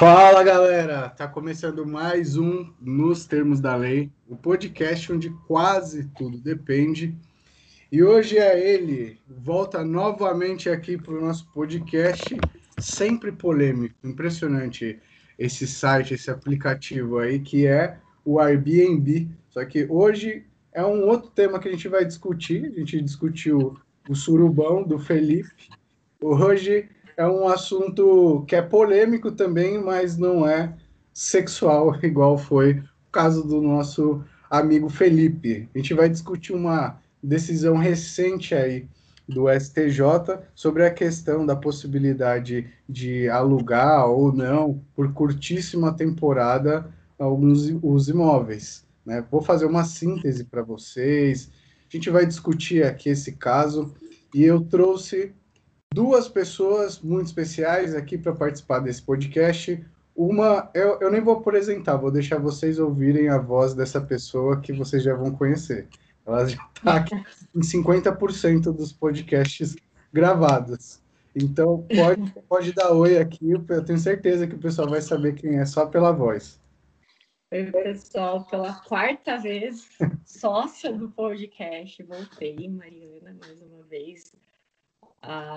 Fala, galera! Tá começando mais um Nos Termos da Lei, o podcast onde quase tudo depende. E hoje é ele, volta novamente aqui para o nosso podcast, sempre polêmico, impressionante esse site, esse aplicativo aí, que é o Airbnb. Só que hoje é um outro tema que a gente vai discutir. A gente discutiu o surubão do Felipe. Hoje é um assunto que é polêmico também, mas não é sexual, igual foi o caso do nosso amigo Felipe. A gente vai discutir uma decisão recente aí do STJ sobre a questão da possibilidade de alugar ou não, por curtíssima temporada, alguns os imóveis, né? Vou fazer uma síntese para vocês. A gente vai discutir aqui esse caso e eu trouxe duas pessoas muito especiais aqui para participar desse podcast. Uma, eu nem vou apresentar, vou deixar vocês ouvirem a voz dessa pessoa que vocês já vão conhecer. Ela já está aqui em 50% dos podcasts gravados. Então, pode dar oi aqui, eu tenho certeza que o pessoal vai saber quem é só pela voz. Oi, pessoal, pela quarta vez, sócia do podcast, voltei, Mariana, mais uma vez, a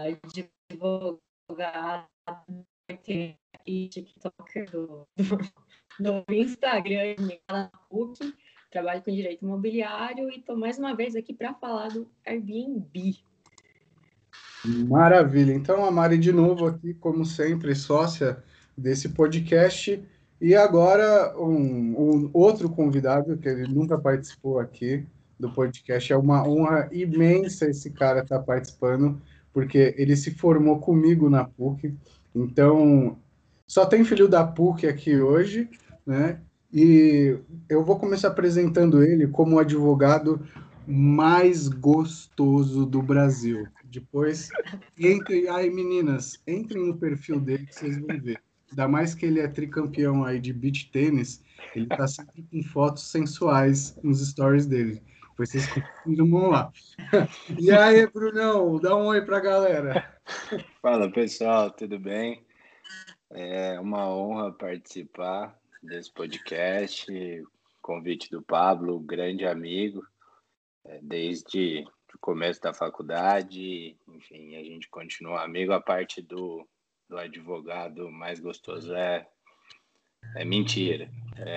advogada e tiktoker do Instagram, na PUC, trabalho com direito imobiliário e estou mais uma vez aqui para falar do Airbnb. Maravilha, então a Mari de novo aqui, como sempre, sócia desse podcast. E agora um outro convidado, que ele nunca participou aqui do podcast. É uma honra imensa esse cara estar participando, porque ele se formou comigo na PUC. Então, só tem filho da PUC aqui hoje, né? E eu vou começar apresentando ele como o advogado mais gostoso do Brasil. Depois, entrem aí, meninas, entrem no perfil dele que vocês vão ver. Ainda mais que ele é tricampeão aí de beach tênis, ele tá sempre com fotos sensuais nos stories dele. Depois vocês confirmam lá. E aí, Brunão, dá um oi pra galera. Fala, pessoal, tudo bem? É uma honra participar desse podcast. Convite do Pablo, grande amigo, desde o começo da faculdade. Enfim, a gente continua amigo. A parte do advogado mais gostoso é mentira.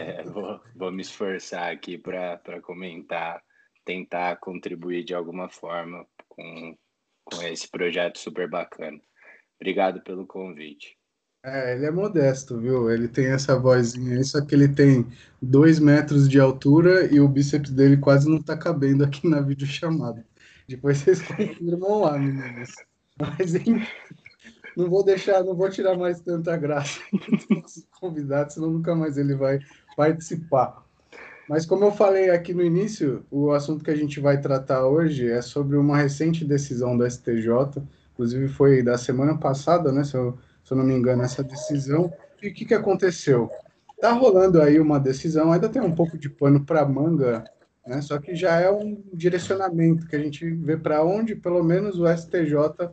Vou me esforçar aqui para comentar, tentar contribuir de alguma forma com esse projeto super bacana. Obrigado pelo convite. Ele é modesto, viu? Ele tem essa vozinha aí, só que ele tem 2 metros de altura e o bíceps dele quase não tá cabendo aqui na videochamada. Depois vocês confirmam lá, meninas. Mas enfim, não vou tirar mais tanta graça dos convidados, senão nunca mais ele vai participar. Mas como eu falei aqui no início, o assunto que a gente vai tratar hoje é sobre uma recente decisão do STJ, inclusive foi da semana passada, né, se eu não me engano, essa decisão. E o que aconteceu? Tá rolando aí uma decisão, ainda tem um pouco de pano para manga, né, só que já é um direcionamento que a gente vê para onde, pelo menos, o STJ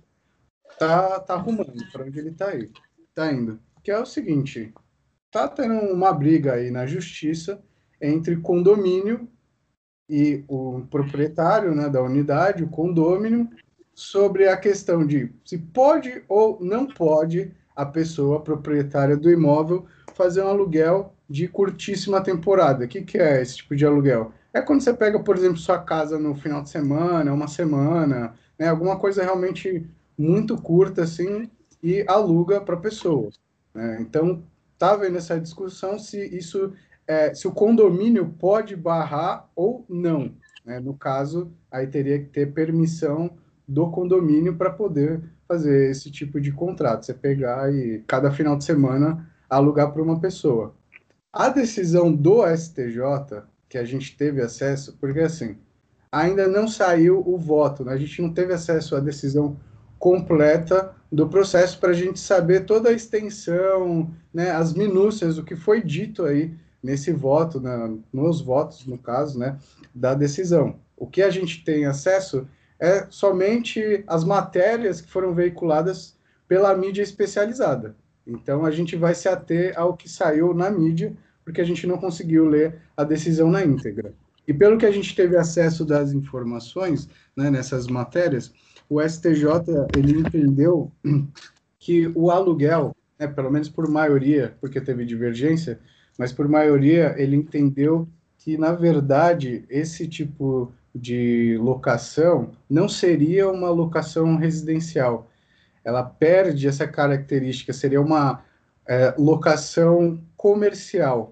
tá arrumando, para onde ele tá indo. Que é o seguinte, tá tendo uma briga aí na justiça entre condomínio e o proprietário, né, da unidade, o condômino, sobre a questão de se pode ou não pode a pessoa proprietária do imóvel fazer um aluguel de curtíssima temporada. O que é esse tipo de aluguel? É quando você pega, por exemplo, sua casa no final de semana, uma semana, né, alguma coisa realmente muito curta assim e aluga para a pessoa, né? Então, tá vendo essa discussão se isso se o condomínio pode barrar ou não, né? No caso, aí teria que ter permissão do condomínio para poder fazer esse tipo de contrato. Você pegar e cada final de semana alugar para uma pessoa. A decisão do STJ, que a gente teve acesso, porque assim, ainda não saiu o voto, né? A gente não teve acesso à decisão completa do processo para a gente saber toda a extensão, né, as minúcias do que foi dito aí nesse voto, né, nos votos, no caso, né, da decisão. O que a gente tem acesso é somente as matérias que foram veiculadas pela mídia especializada. Então, a gente vai se ater ao que saiu na mídia, porque a gente não conseguiu ler a decisão na íntegra. E pelo que a gente teve acesso das informações, né, nessas matérias, o STJ ele entendeu que o aluguel, né, pelo menos por maioria, porque teve divergência, mas por maioria ele entendeu que, na verdade, esse tipo de locação não seria uma locação residencial. Ela perde essa característica, seria uma locação comercial.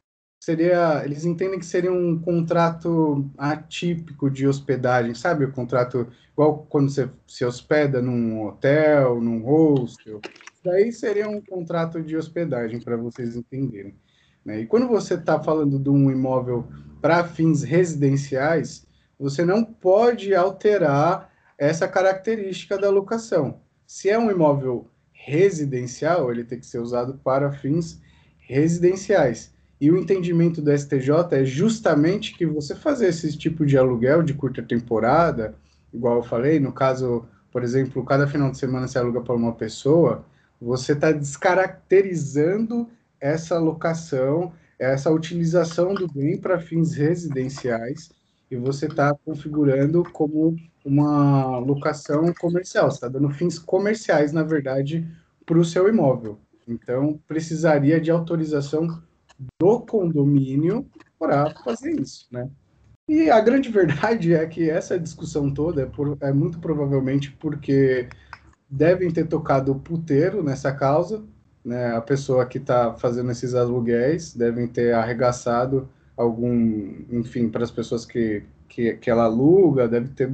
Eles entendem que seria um contrato atípico de hospedagem, sabe? O contrato igual quando você se hospeda num hotel, num hostel. Daí seria um contrato de hospedagem, para vocês entenderem, né? E quando você está falando de um imóvel para fins residenciais, você não pode alterar essa característica da locação. Se é um imóvel residencial, ele tem que ser usado para fins residenciais. E o entendimento do STJ é justamente que você fazer esse tipo de aluguel de curta temporada, igual eu falei, no caso, por exemplo, cada final de semana você aluga para uma pessoa, você está descaracterizando essa locação, essa utilização do bem para fins residenciais, e você está configurando como uma locação comercial. Você está dando fins comerciais, na verdade, para o seu imóvel. Então, precisaria de autorização do condomínio para fazer isso, né? E a grande verdade é que essa discussão toda é muito provavelmente porque devem ter tocado o puteiro nessa causa, né? A pessoa que está fazendo esses aluguéis devem ter arregaçado algum, enfim, para as pessoas que ela aluga,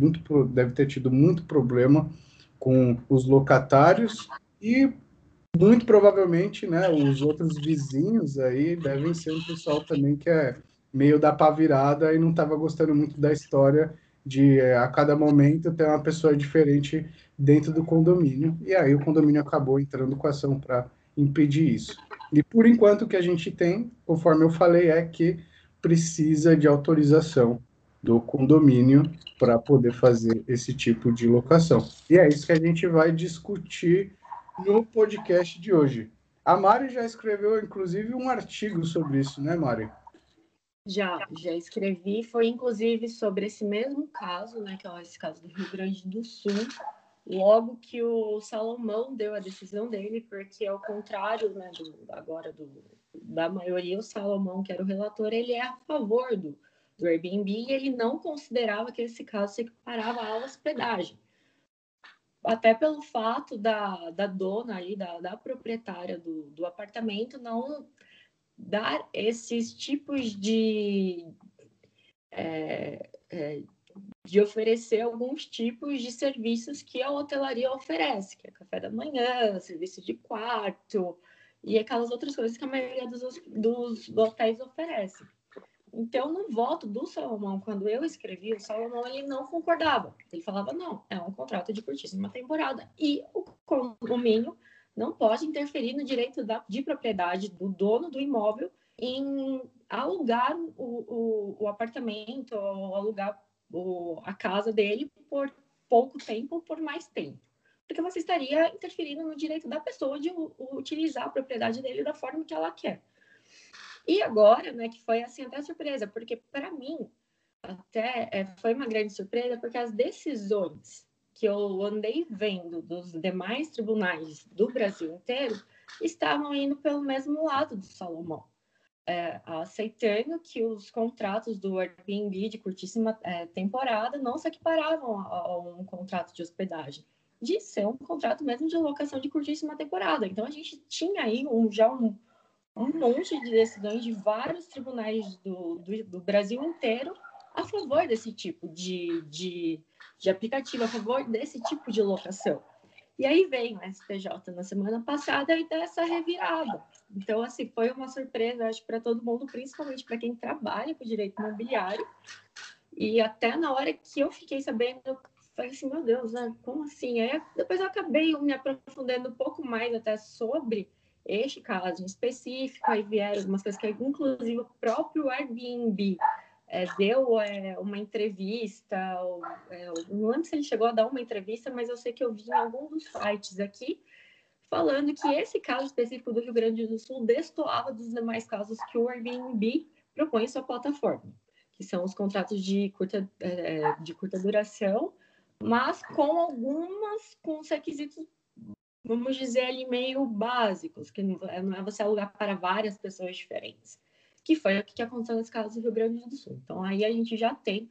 deve ter tido muito problema com os locatários e muito provavelmente, né, os outros vizinhos aí devem ser um pessoal também que é meio da pá virada e não estava gostando muito da história de a cada momento ter uma pessoa diferente dentro do condomínio. E aí o condomínio acabou entrando com ação para impedir isso. E por enquanto o que a gente tem, conforme eu falei, é que precisa de autorização do condomínio para poder fazer esse tipo de locação. E é isso que a gente vai discutir no podcast de hoje. A Mari já escreveu, inclusive, um artigo sobre isso, né, Mari? Já escrevi, foi inclusive sobre esse mesmo caso, né, que é esse caso do Rio Grande do Sul, logo que o Salomão deu a decisão dele, porque ao contrário, né, da maioria, o Salomão, que era o relator, ele é a favor do Airbnb e ele não considerava que esse caso se equiparava à hospedagem. Até pelo fato da dona ali, da proprietária do apartamento não dar esses tipos de oferecer alguns tipos de serviços que a hotelaria oferece, que é café da manhã, serviço de quarto e aquelas outras coisas que a maioria dos hotéis oferece. Então, no voto do Salomão, quando eu escrevi, o Salomão ele não concordava. Ele falava, não, é um contrato de curtíssima temporada. E o condomínio não pode interferir no direito de propriedade do dono do imóvel em alugar o apartamento ou alugar a casa dele por pouco tempo, por mais tempo. Porque você estaria interferindo no direito da pessoa de utilizar a propriedade dele da forma que ela quer. E agora, né, que foi assim até surpresa, porque para mim até foi uma grande surpresa, porque as decisões que eu andei vendo dos demais tribunais do Brasil inteiro estavam indo pelo mesmo lado do Salomão, aceitando que os contratos do Airbnb de curtíssima temporada não se equiparavam a um contrato de hospedagem, de ser um contrato mesmo de locação de curtíssima temporada. Então a gente tinha aí um monte de decisões de vários tribunais do Brasil inteiro a favor desse tipo de aplicativo, a favor desse tipo de locação. E aí veio o STJ na semana passada e dá essa revirada. Então, assim, foi uma surpresa, acho, para todo mundo, principalmente para quem trabalha com direito imobiliário. E até na hora que eu fiquei sabendo, eu falei assim, meu Deus, né? Como assim? Aí, depois eu acabei me aprofundando um pouco mais até sobre este caso em específico, aí vieram algumas coisas que, inclusive, o próprio Airbnb deu uma entrevista, não lembro se ele chegou a dar uma entrevista, mas eu sei que eu vi em algum dos sites aqui, falando que esse caso específico do Rio Grande do Sul destoava dos demais casos que o Airbnb propõe em sua plataforma, que são os contratos de curta duração, mas com os requisitos, vamos dizer, ali meio básicos, que não é você alugar para várias pessoas diferentes, que foi o que aconteceu nesse caso do Rio Grande do Sul. Então, aí a gente já tem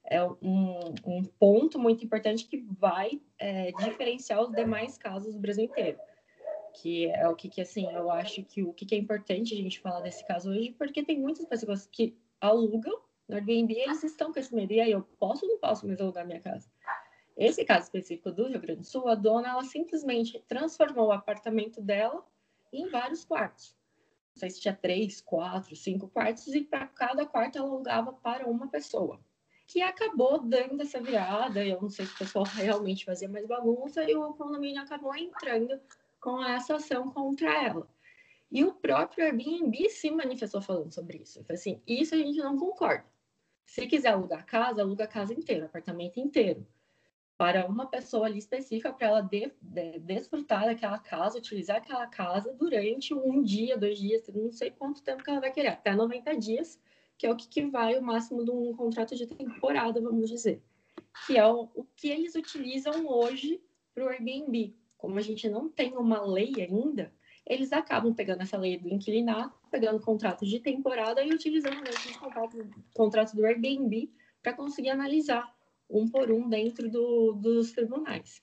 um ponto muito importante que vai diferenciar os demais casos do Brasil inteiro, que é o que assim, eu acho que o que é importante a gente falar desse caso hoje, porque tem muitas pessoas que alugam no Airbnb, eles estão com esse medo, e aí eu posso ou não posso mais alugar minha casa? Esse caso específico do Rio Grande do Sul, a dona, ela simplesmente transformou o apartamento dela em vários quartos. Não sei se tinha 3, 4, 5 quartos, e para cada quarto ela alugava para uma pessoa. Que acabou dando essa virada, eu não sei se o pessoal realmente fazia mais bagunça, e o condomínio acabou entrando com essa ação contra ela. E o próprio Airbnb se manifestou falando sobre isso. Assim, isso a gente não concorda. Se quiser alugar casa, aluga a casa inteira, apartamento inteiro, para uma pessoa ali específica, para ela desfrutar daquela casa, utilizar aquela casa durante 1 dia, 2 dias, não sei quanto tempo que ela vai querer, até 90 dias, que é o que vai o máximo de um contrato de temporada, vamos dizer. Que é o que eles utilizam hoje para o Airbnb. Como a gente não tem uma lei ainda, eles acabam pegando essa lei do inquilinato, pegando contratos de temporada e utilizando esses contratos do Airbnb para conseguir analisar um por um dentro dos tribunais.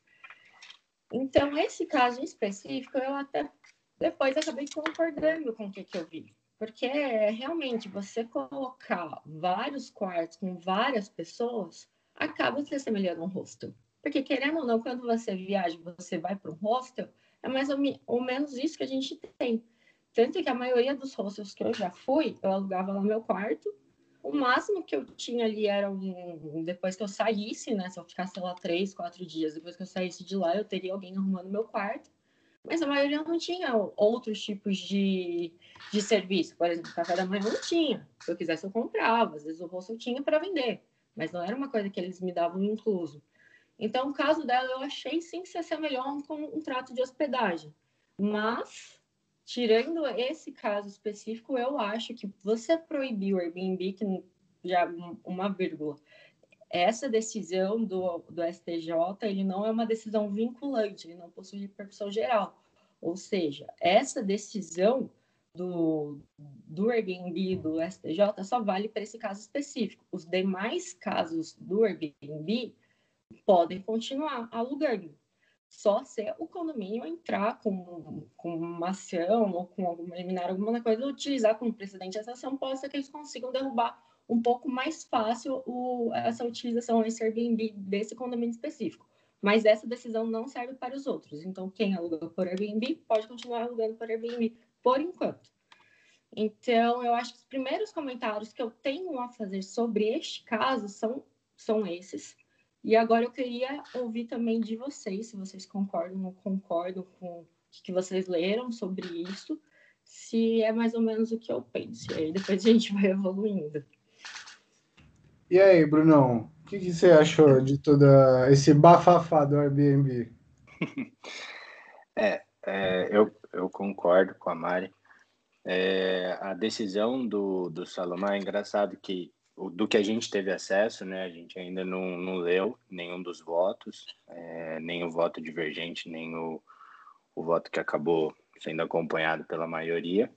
Então, esse caso específico, eu até depois acabei concordando com o que eu vi. Porque realmente você colocar vários quartos com várias pessoas acaba se assemelhando a um hostel. Porque, querendo ou não, quando você viaja, você vai para um hostel, é mais ou menos isso que a gente tem. Tanto que a maioria dos hostels que eu já fui, eu alugava lá meu quarto. O máximo que eu tinha ali era depois que eu saísse, né? Se eu ficasse lá 3, 4 dias, depois que eu saísse de lá, eu teria alguém arrumando meu quarto. Mas a maioria não tinha outros tipos de serviço. Por exemplo, café da manhã não tinha. Se eu quisesse, eu comprava. Às vezes o rosto eu tinha para vender. Mas não era uma coisa que eles me davam incluso. Então, o caso dela, eu achei sim que se assemelhou a um contrato de hospedagem. Mas, tirando esse caso específico, eu acho que você proibir o Airbnb, que já uma vírgula, essa decisão do STJ, ele não é uma decisão vinculante, ele não possui repercussão geral. Ou seja, essa decisão do Airbnb, do STJ, só vale para esse caso específico. Os demais casos do Airbnb podem continuar alugando. Só se o condomínio entrar com uma ação ou com eliminar alguma coisa, utilizar como precedente essa ação, pode ser que eles consigam derrubar um pouco mais fácil essa utilização, esse Airbnb desse condomínio específico. Mas essa decisão não serve para os outros. Então, quem aluga por Airbnb pode continuar alugando por Airbnb por enquanto. Então, eu acho que os primeiros comentários que eu tenho a fazer sobre este caso são esses. E agora eu queria ouvir também de vocês, se vocês concordam ou não concordam com o que vocês leram sobre isso, se é mais ou menos o que eu penso. E aí depois a gente vai evoluindo. E aí, Brunão, o que você achou de todo esse bafafá do Airbnb? Eu concordo com a Mari. A decisão do Salomão é engraçado que do que a gente teve acesso, né? A gente ainda não leu nenhum dos votos, nem o voto divergente, nem o voto que acabou sendo acompanhado pela maioria.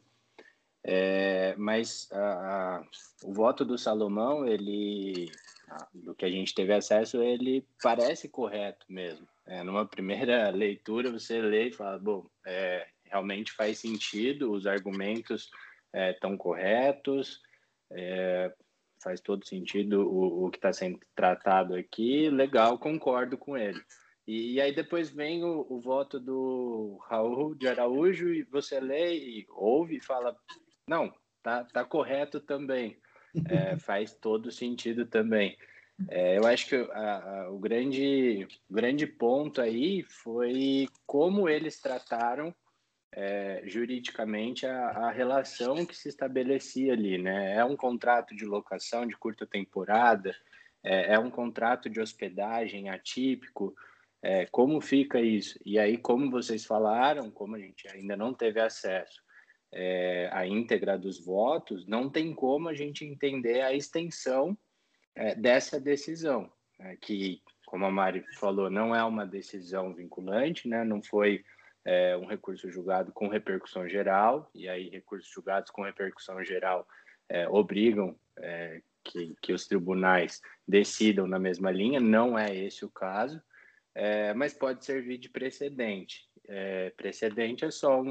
Mas o voto do Salomão, do que a gente teve acesso, ele parece correto mesmo. Numa primeira leitura, você lê e fala, bom, realmente faz sentido, os argumentos estão corretos, faz todo sentido o que está sendo tratado aqui, legal, concordo com ele. E aí depois vem o voto do Raul de Araújo e você lê e ouve e fala, não, tá correto também, faz todo sentido também. Eu acho que o grande ponto aí foi como eles trataram juridicamente a relação que se estabelecia ali, né? É um contrato de locação de curta temporada, é um contrato de hospedagem atípico, como fica isso? E aí, como vocês falaram, como a gente ainda não teve acesso à íntegra dos votos, não tem como a gente entender a extensão dessa decisão, que, como a Mari falou, não é uma decisão vinculante, né? Não foi um recurso julgado com repercussão geral, e aí recursos julgados com repercussão geral obrigam que os tribunais decidam na mesma linha, não é esse o caso, mas pode servir de precedente. Precedente é só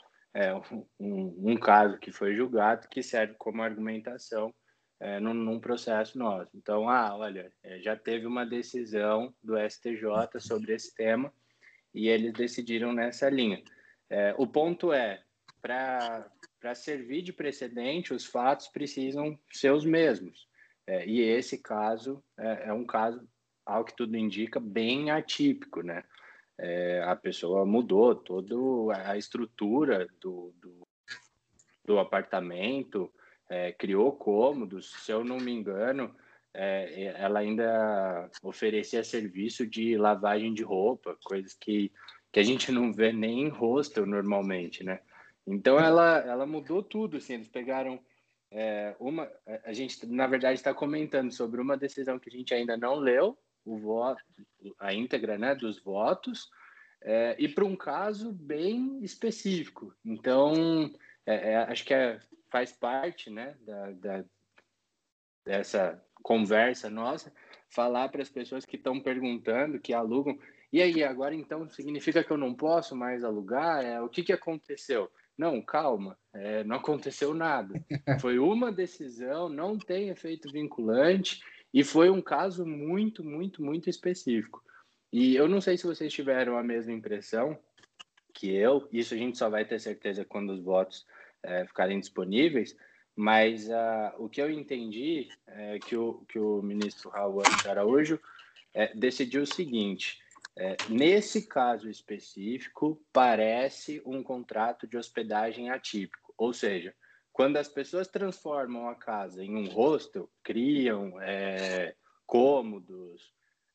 um caso que foi julgado que serve como argumentação num processo nosso. Então, olha, já teve uma decisão do STJ sobre esse tema e eles decidiram nessa linha. O ponto para servir de precedente, os fatos precisam ser os mesmos. E esse caso é um caso, ao que tudo indica, bem atípico, né? A pessoa mudou toda a estrutura do apartamento, criou cômodos, se eu não me engano, ela ainda oferecia serviço de lavagem de roupa, coisas que a gente não vê nem em hostel normalmente, né? Então ela mudou tudo, assim, eles pegaram a gente na verdade está comentando sobre uma decisão que a gente ainda não leu, o voto, a íntegra, né, dos votos, e para um caso bem específico. Então acho que faz parte, né, dessa conversa nossa, falar para as pessoas que estão perguntando, que alugam, e aí, agora então significa que eu não posso mais alugar? O que aconteceu? Não, calma, não aconteceu nada. Foi uma decisão, não tem efeito vinculante, e foi um caso muito, muito, muito específico. E eu não sei se vocês tiveram a mesma impressão que eu, isso a gente só vai ter certeza quando os votos ficarem disponíveis, mas o que eu entendi é que o ministro Raul Araújo decidiu o seguinte: nesse caso específico, parece um contrato de hospedagem atípico, ou seja, quando as pessoas transformam a casa em um hostel, criam cômodos,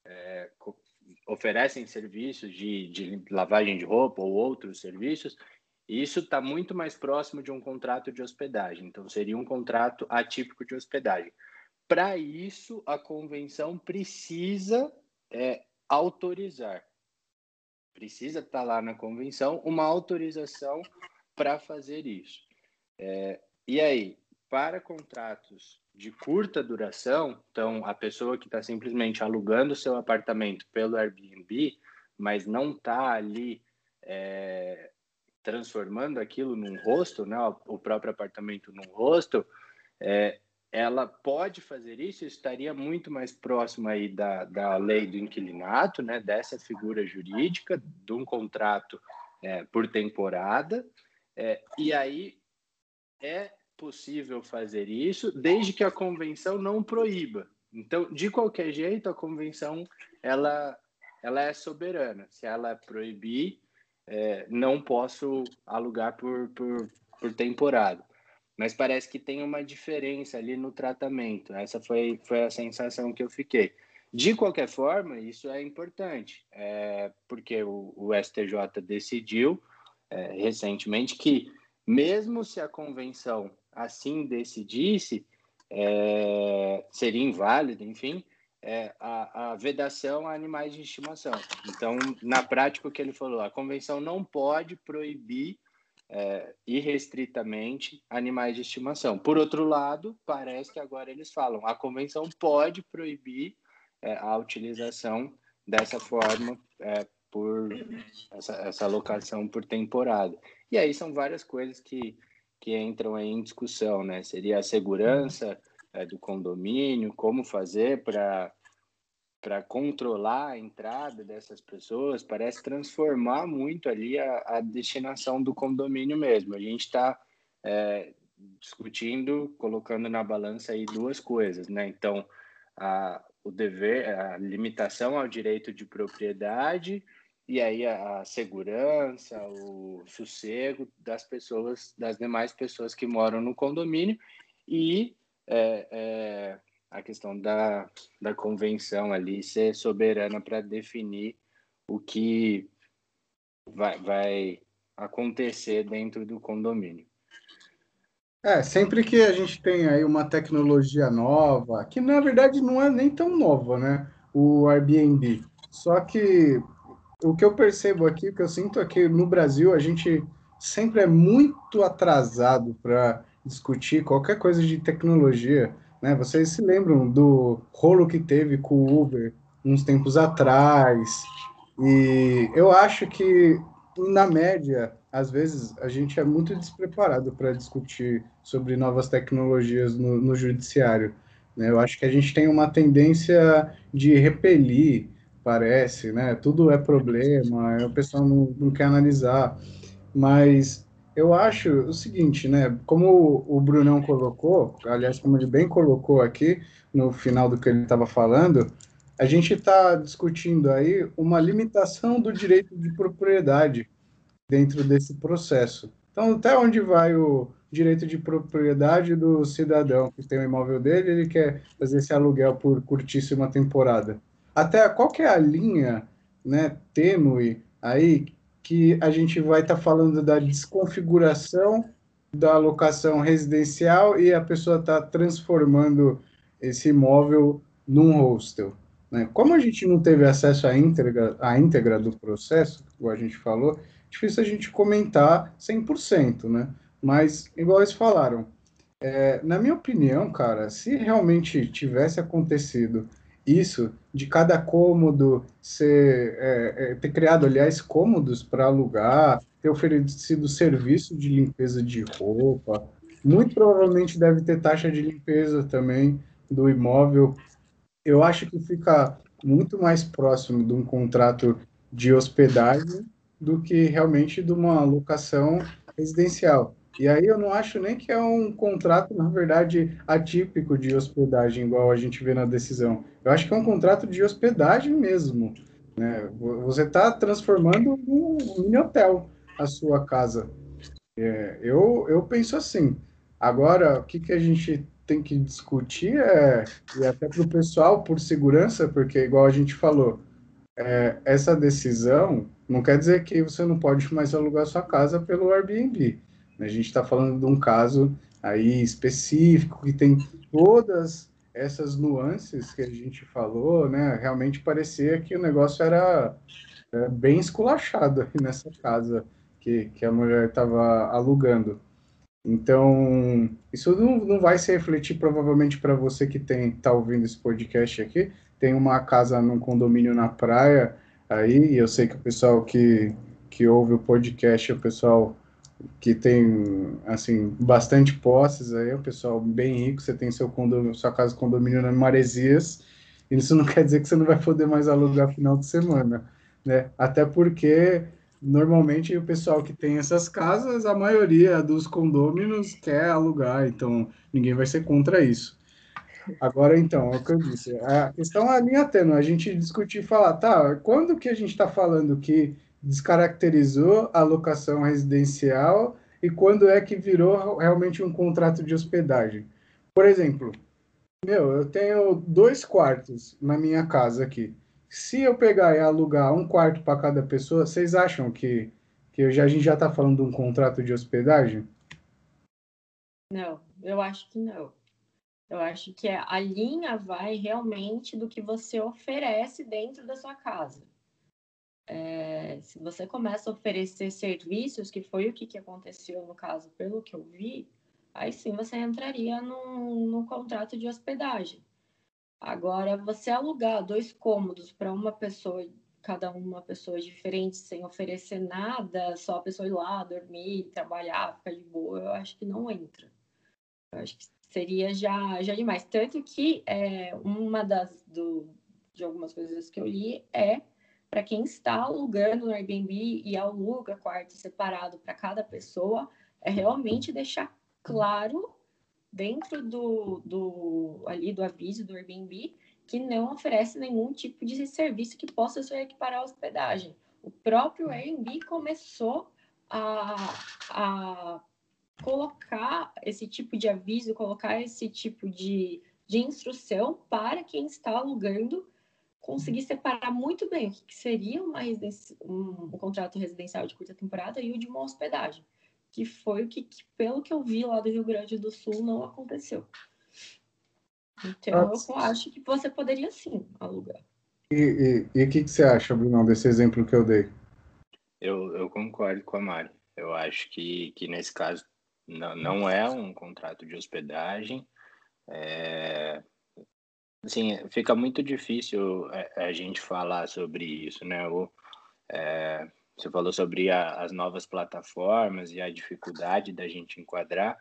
oferecem serviços de lavagem de roupa ou outros serviços, isso está muito mais próximo de um contrato de hospedagem. Então, seria um contrato atípico de hospedagem. Para isso, a convenção precisa autorizar. Precisa estar lá na convenção uma autorização para fazer isso. E aí, para contratos de curta duração, então a pessoa que está simplesmente alugando seu apartamento pelo Airbnb, mas não está ali transformando aquilo num hostel, né, o próprio apartamento num hostel, ela pode fazer isso, estaria muito mais próximo aí da lei do inquilinato, né, dessa figura jurídica, de um contrato por temporada, e aí é possível fazer isso desde que a convenção não proíba. Então, de qualquer jeito, a convenção ela é soberana. Se ela proibir, não posso alugar por temporada. Mas parece que tem uma diferença ali no tratamento. Essa foi a sensação que eu fiquei. De qualquer forma, isso é importante, porque o STJ decidiu recentemente que, mesmo se a convenção assim decidisse, seria inválida, enfim, a vedação a animais de estimação. Então, na prática, o que ele falou, a convenção não pode proibir irrestritamente animais de estimação. Por outro lado, parece que agora eles falam, a convenção pode proibir a utilização dessa forma por essa alocação por temporada. E aí são várias coisas que entram aí em discussão, né? Seria a segurança do condomínio, como fazer para controlar a entrada dessas pessoas, parece transformar muito ali a destinação do condomínio mesmo. A gente está discutindo, colocando na balança aí duas coisas, né? Então, o dever, a limitação ao direito de propriedade e aí a segurança, o sossego das pessoas, das demais pessoas que moram no condomínio e a questão da convenção ali ser soberana para definir o que vai acontecer dentro do condomínio. Sempre que a gente tem aí uma tecnologia nova, que na verdade não é nem tão nova, né? O Airbnb. Só que o que eu percebo aqui, o que eu sinto é que no Brasil a gente sempre é muito atrasado para discutir qualquer coisa de tecnologia, né? Vocês se lembram do rolo que teve com o Uber uns tempos atrás? E eu acho que, na média, às vezes a gente é muito despreparado para discutir sobre novas tecnologias no judiciário, né? Eu acho que a gente tem uma tendência de repelir, parece, né? Tudo é problema, o pessoal não quer analisar. Mas eu acho o seguinte, né? Como o Brunão colocou, aliás, como ele bem colocou aqui no final do que ele estava falando, a gente está discutindo aí uma limitação do direito de propriedade dentro desse processo. Então, até onde vai o direito de propriedade do cidadão que tem o imóvel dele, ele quer fazer esse aluguel por curtíssima temporada? Até qual que é a linha, né, tênue aí que a gente vai estar falando da desconfiguração da locação residencial e a pessoa está transformando esse imóvel num hostel, né? Como a gente não teve acesso à íntegra do processo, como a gente falou, difícil a gente comentar 100%, né? Mas, igual eles falaram, na minha opinião, cara, se realmente tivesse acontecido isso, de cada cômodo ter criado, aliás, cômodos para alugar, ter oferecido serviço de limpeza de roupa, muito provavelmente deve ter taxa de limpeza também do imóvel. Eu acho que fica muito mais próximo de um contrato de hospedagem do que realmente de uma locação residencial. E aí eu não acho nem que é um contrato, na verdade, atípico de hospedagem, igual a gente vê na decisão. Eu acho que é um contrato de hospedagem mesmo, né? Você está transformando num mini hotel a sua casa. Eu penso assim. Agora, o que que a gente tem que discutir e até para o pessoal, por segurança, porque, igual a gente falou, essa decisão não quer dizer que você não pode mais alugar sua casa pelo Airbnb. A gente está falando de um caso aí específico que tem todas essas nuances que a gente falou, né? Realmente parecia que o negócio era bem esculachado aqui nessa casa que a mulher estava alugando. Então, isso não vai se refletir provavelmente para você que está ouvindo esse podcast aqui. Tem uma casa num condomínio na praia aí, e eu sei que o pessoal que ouve o podcast é o pessoal que tem, assim, bastante posses aí, é o pessoal bem rico. Você tem seu condomínio, sua casa condomínio na Maresias, e isso não quer dizer que você não vai poder mais alugar final de semana, né? Até porque normalmente o pessoal que tem essas casas, a maioria dos condôminos quer alugar, então ninguém vai ser contra isso. Agora, então, é o que eu disse. A questão é a linha tênue, a gente discutir e falar, tá, quando que a gente está falando que descaracterizou a locação residencial e quando é que virou realmente um contrato de hospedagem? Por exemplo, eu tenho 2 quartos na minha casa aqui. Se eu pegar e alugar um quarto para cada pessoa, vocês acham que a gente já está falando de um contrato de hospedagem? Não, eu acho que não. Eu acho que a linha vai realmente do que você oferece dentro da sua casa. Se você começa a oferecer serviços, que foi o que aconteceu no caso, pelo que eu vi, aí sim você entraria no contrato de hospedagem. Agora, você alugar 2 cômodos para uma pessoa, cada uma pessoa diferente, sem oferecer nada, só a pessoa ir lá, dormir, trabalhar, ficar de boa, eu acho que não entra. Eu acho que seria já demais. Tanto que uma de algumas coisas que eu li é para quem está alugando no Airbnb e aluga quarto separado para cada pessoa, é realmente deixar claro dentro ali do aviso do Airbnb que não oferece nenhum tipo de serviço que possa se equiparar à hospedagem. O próprio Airbnb começou a colocar esse tipo de aviso, colocar esse tipo de instrução para quem está alugando consegui separar muito bem o que seria um contrato residencial de curta temporada e o de uma hospedagem, que foi o que, pelo que eu vi lá do Rio Grande do Sul, não aconteceu. Então, eu acho que você poderia sim alugar. E o que você acha, Bruno, desse exemplo que eu dei? Eu concordo com a Mari. Eu acho que nesse caso não é um contrato de hospedagem. Assim, fica muito difícil a gente falar sobre isso, né? Você falou sobre as novas plataformas e a dificuldade da gente enquadrar.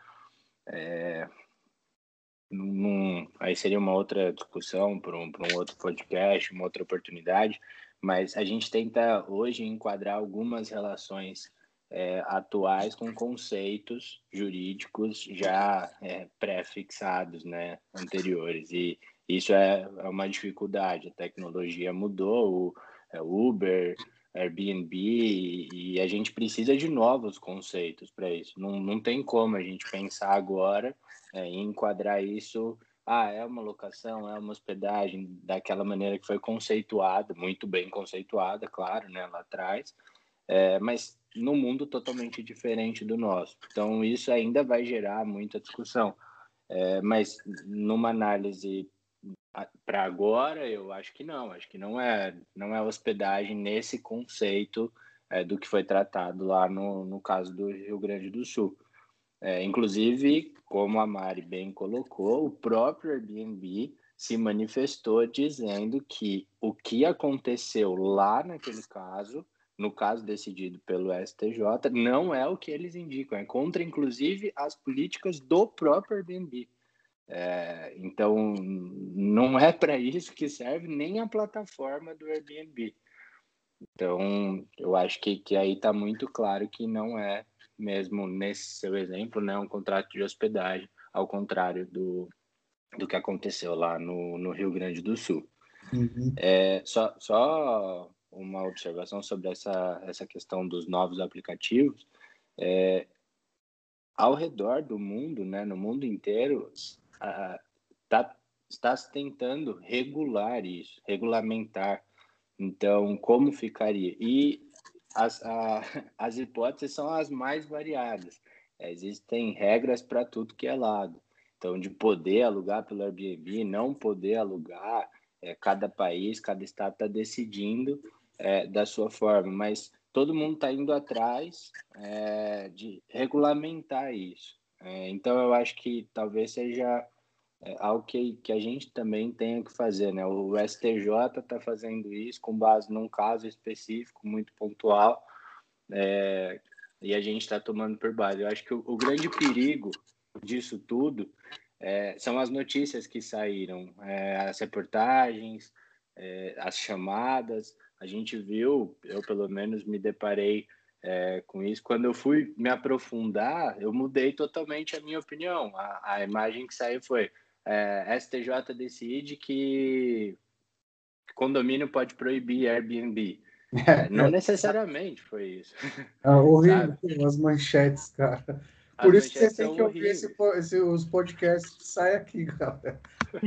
Aí seria uma outra discussão para um outro podcast, uma outra oportunidade, mas a gente tenta hoje enquadrar algumas relações atuais com conceitos jurídicos já pré-fixados, né, anteriores, e isso é uma dificuldade. A tecnologia mudou, o Uber, Airbnb, e a gente precisa de novos conceitos para isso. Não tem como a gente pensar agora e enquadrar isso, é uma locação, é uma hospedagem, daquela maneira que foi conceituada, muito bem conceituada, claro, né, lá atrás, mas num mundo totalmente diferente do nosso. Então, isso ainda vai gerar muita discussão. Mas numa análise para agora, eu acho que não é hospedagem nesse conceito do que foi tratado lá no caso do Rio Grande do Sul. Inclusive, como a Mari bem colocou, o próprio Airbnb se manifestou dizendo que o que aconteceu lá naquele caso, no caso decidido pelo STJ, não é o que eles indicam, é contra, inclusive, as políticas do próprio Airbnb. Então, não é para isso que serve nem a plataforma do Airbnb. Então, eu acho que aí está muito claro que não é, mesmo nesse seu exemplo, né, um contrato de hospedagem, ao contrário do que aconteceu lá no Rio Grande do Sul. Uhum. Só uma observação sobre essa questão dos novos aplicativos. Ao redor do mundo, né, no mundo inteiro, está se tentando regular isso, regulamentar. Então, como ficaria? E as hipóteses são as mais variadas. Existem regras para tudo que é lado. Então, de poder alugar pelo Airbnb, não poder alugar, cada país, cada estado está decidindo da sua forma, mas todo mundo está indo atrás de regulamentar isso. Então, eu acho que talvez seja algo que a gente também tem que fazer, né? O STJ está fazendo isso com base num caso específico, muito pontual, e a gente está tomando por base. Eu acho que o grande perigo disso tudo são as notícias que saíram, as reportagens, as chamadas. A gente viu, eu pelo menos me deparei com isso. Quando eu fui me aprofundar, eu mudei totalmente a minha opinião. A imagem que saiu foi STJ decide que condomínio pode proibir Airbnb. Não necessariamente foi isso. Horrível Sabe? as manchetes, cara. As Por isso que vocês manchetes têm são que ouvir horríveis. os podcasts que saem aqui, galera.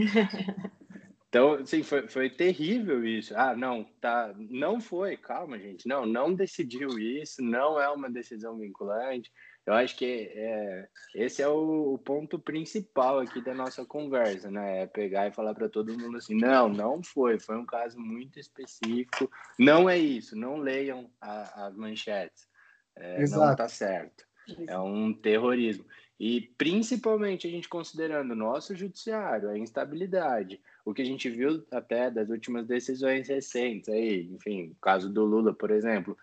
Então, assim, foi terrível isso. Não, tá, não foi, calma, gente, não decidiu isso, não é uma decisão vinculante. Eu acho que esse é o ponto principal aqui da nossa conversa, né? É pegar e falar para todo mundo assim, não foi um caso muito específico, não é isso, não leiam as manchetes, não Exato. tá certo, é um terrorismo. E principalmente a gente considerando o nosso judiciário, a instabilidade, o que a gente viu até das últimas decisões recentes, aí, enfim, o caso do Lula, por exemplo,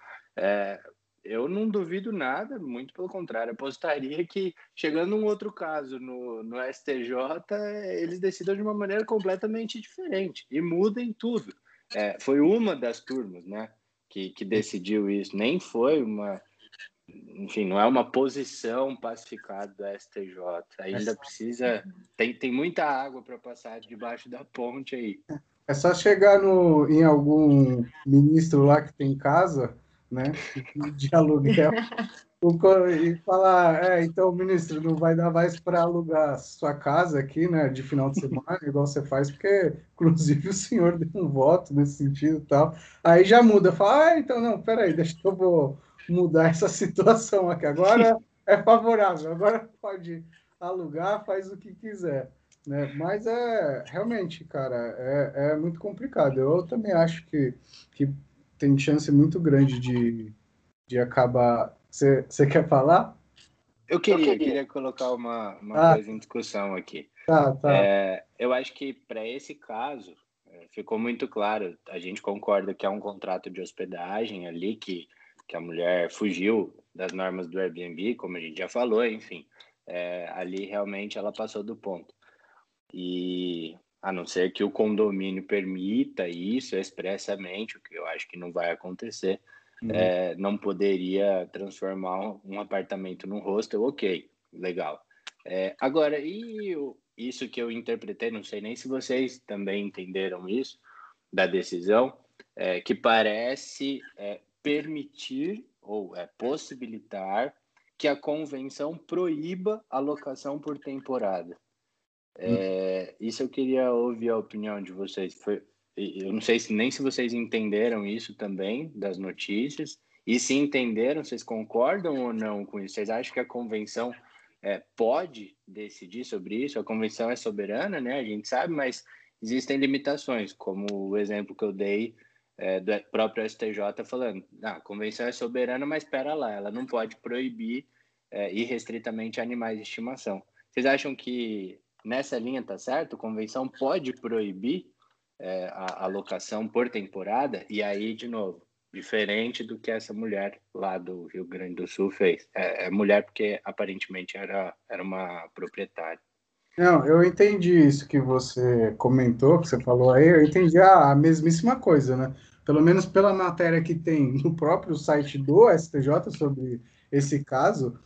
eu não duvido nada, muito pelo contrário, apostaria que chegando um outro caso no STJ, eles decidam de uma maneira completamente diferente e mudem tudo. Foi uma das turmas, né, que decidiu isso, nem foi uma... Enfim, não é uma posição pacificada do STJ. Ainda precisa... Tem muita água para passar debaixo da ponte aí. É só chegar em algum ministro lá que tem casa, né, de aluguel, E falar, então, ministro, não vai dar mais para alugar sua casa aqui, né, de final de semana, igual você faz, porque, inclusive, o senhor deu um voto nesse sentido e tal. Aí já muda, fala, então, não, peraí, deixa que eu vou mudar essa situação aqui. Agora é favorável, agora pode alugar, faz o que quiser, né? Mas realmente, cara, é muito complicado. Eu também acho que tem chance muito grande de acabar. Você quer falar? Eu queria colocar uma Ah, coisa em discussão aqui. tá. Eu acho que para esse caso ficou muito claro. A gente concorda que é um contrato de hospedagem ali que a mulher fugiu das normas do Airbnb, como a gente já falou, enfim. Ali realmente ela passou do ponto. E a não ser que o condomínio permita isso expressamente, o que eu acho que não vai acontecer, não poderia transformar um apartamento num hostel, ok, legal. Agora, isso que eu interpretei, não sei nem se vocês também entenderam isso, da decisão, que parece permitir ou possibilitar que a convenção proíba a locação por temporada. Isso eu queria ouvir a opinião de vocês. Eu não sei nem se vocês entenderam isso também das notícias. E se entenderam, vocês concordam ou não com isso? Vocês acham que a convenção pode decidir sobre isso? A convenção é soberana, né? A gente sabe, mas existem limitações, como o exemplo que eu dei do próprio STJ falando, a convenção é soberana, mas espera lá, ela não pode proibir irrestritamente animais de estimação. Vocês acham que nessa linha tá certo? A convenção pode proibir a locação por temporada? E aí, de novo, diferente do que essa mulher lá do Rio Grande do Sul fez. É mulher porque aparentemente era uma proprietária. Não, eu entendi isso que você comentou, que você falou aí, eu entendi a mesmíssima coisa, né? Pelo menos pela matéria que tem no próprio site do STJ sobre esse caso,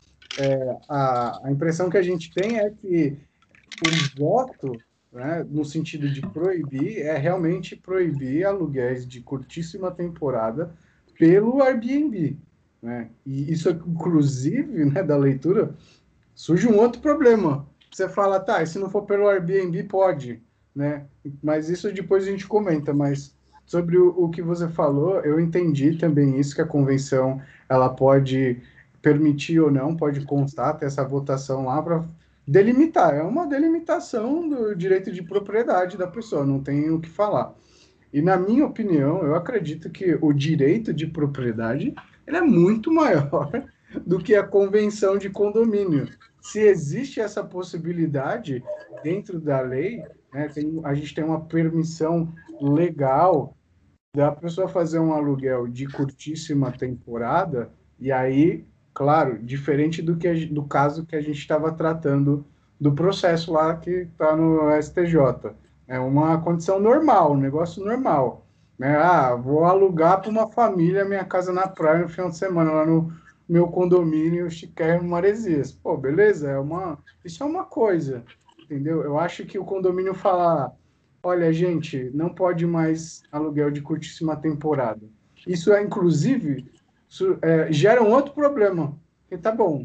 a impressão que a gente tem é que o voto, né, no sentido de proibir, é realmente proibir aluguéis de curtíssima temporada pelo Airbnb, né? E isso, inclusive, né, da leitura, surge um outro problema. Você fala, tá, e se não for pelo Airbnb, pode, né? Mas isso depois a gente comenta, mas sobre o que você falou, eu entendi também isso, que a convenção, ela pode permitir ou não, pode constar, ter essa votação lá para delimitar. É uma delimitação do direito de propriedade da pessoa, não tem o que falar. E na minha opinião, eu acredito que o direito de propriedade ele é muito maior do que a convenção de condomínio. Se existe essa possibilidade dentro da lei, né, a gente tem uma permissão legal da pessoa fazer um aluguel de curtíssima temporada, e aí, claro, diferente do caso que a gente estava tratando do processo lá que está no STJ. É uma condição normal, um negócio normal. Né? Ah, vou alugar para uma família minha casa na praia no final de semana, lá no meu condomínio Chiquérrimo Maresias. Pô, beleza? Isso é uma coisa, entendeu? Eu acho que o condomínio falar, olha, gente, não pode mais aluguel de curtíssima temporada. Isso inclusive, gera um outro problema. Que tá bom,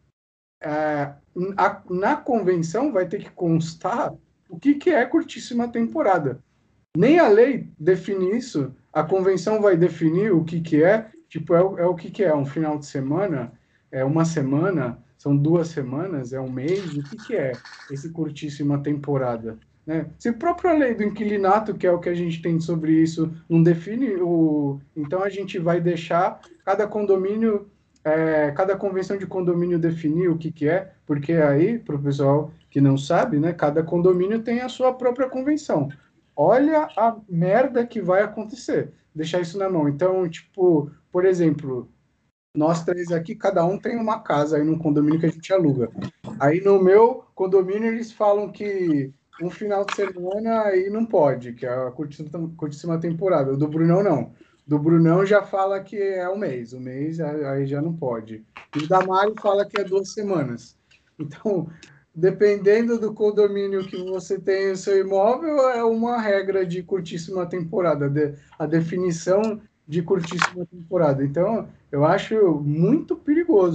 na convenção vai ter que constar o que é curtíssima temporada. Nem a lei define isso, a convenção vai definir o que é, tipo, é o que é, um final de semana, é uma semana, são 2 semanas, é um mês, o que é esse curtíssima temporada? Né? Se a própria lei do inquilinato, que é o que a gente tem sobre isso, não define então a gente vai deixar cada condomínio, cada convenção de condomínio definir o que é, porque aí, para o pessoal que não sabe, né, cada condomínio tem a sua própria convenção. Olha a merda que vai acontecer. Deixar isso na mão. Então, tipo, por exemplo, nós três aqui, cada um tem uma casa aí num condomínio que a gente aluga. Aí no meu condomínio eles falam que um final de semana aí não pode, que é a curtíssima temporada. O do Brunão não. Do Brunão já fala que é um mês. O mês aí já não pode. E o da Mari fala que é 2 semanas. Então, dependendo do condomínio que você tem o seu imóvel, é uma regra de curtíssima temporada, a definição de curtíssima temporada. Então, eu acho muito perigoso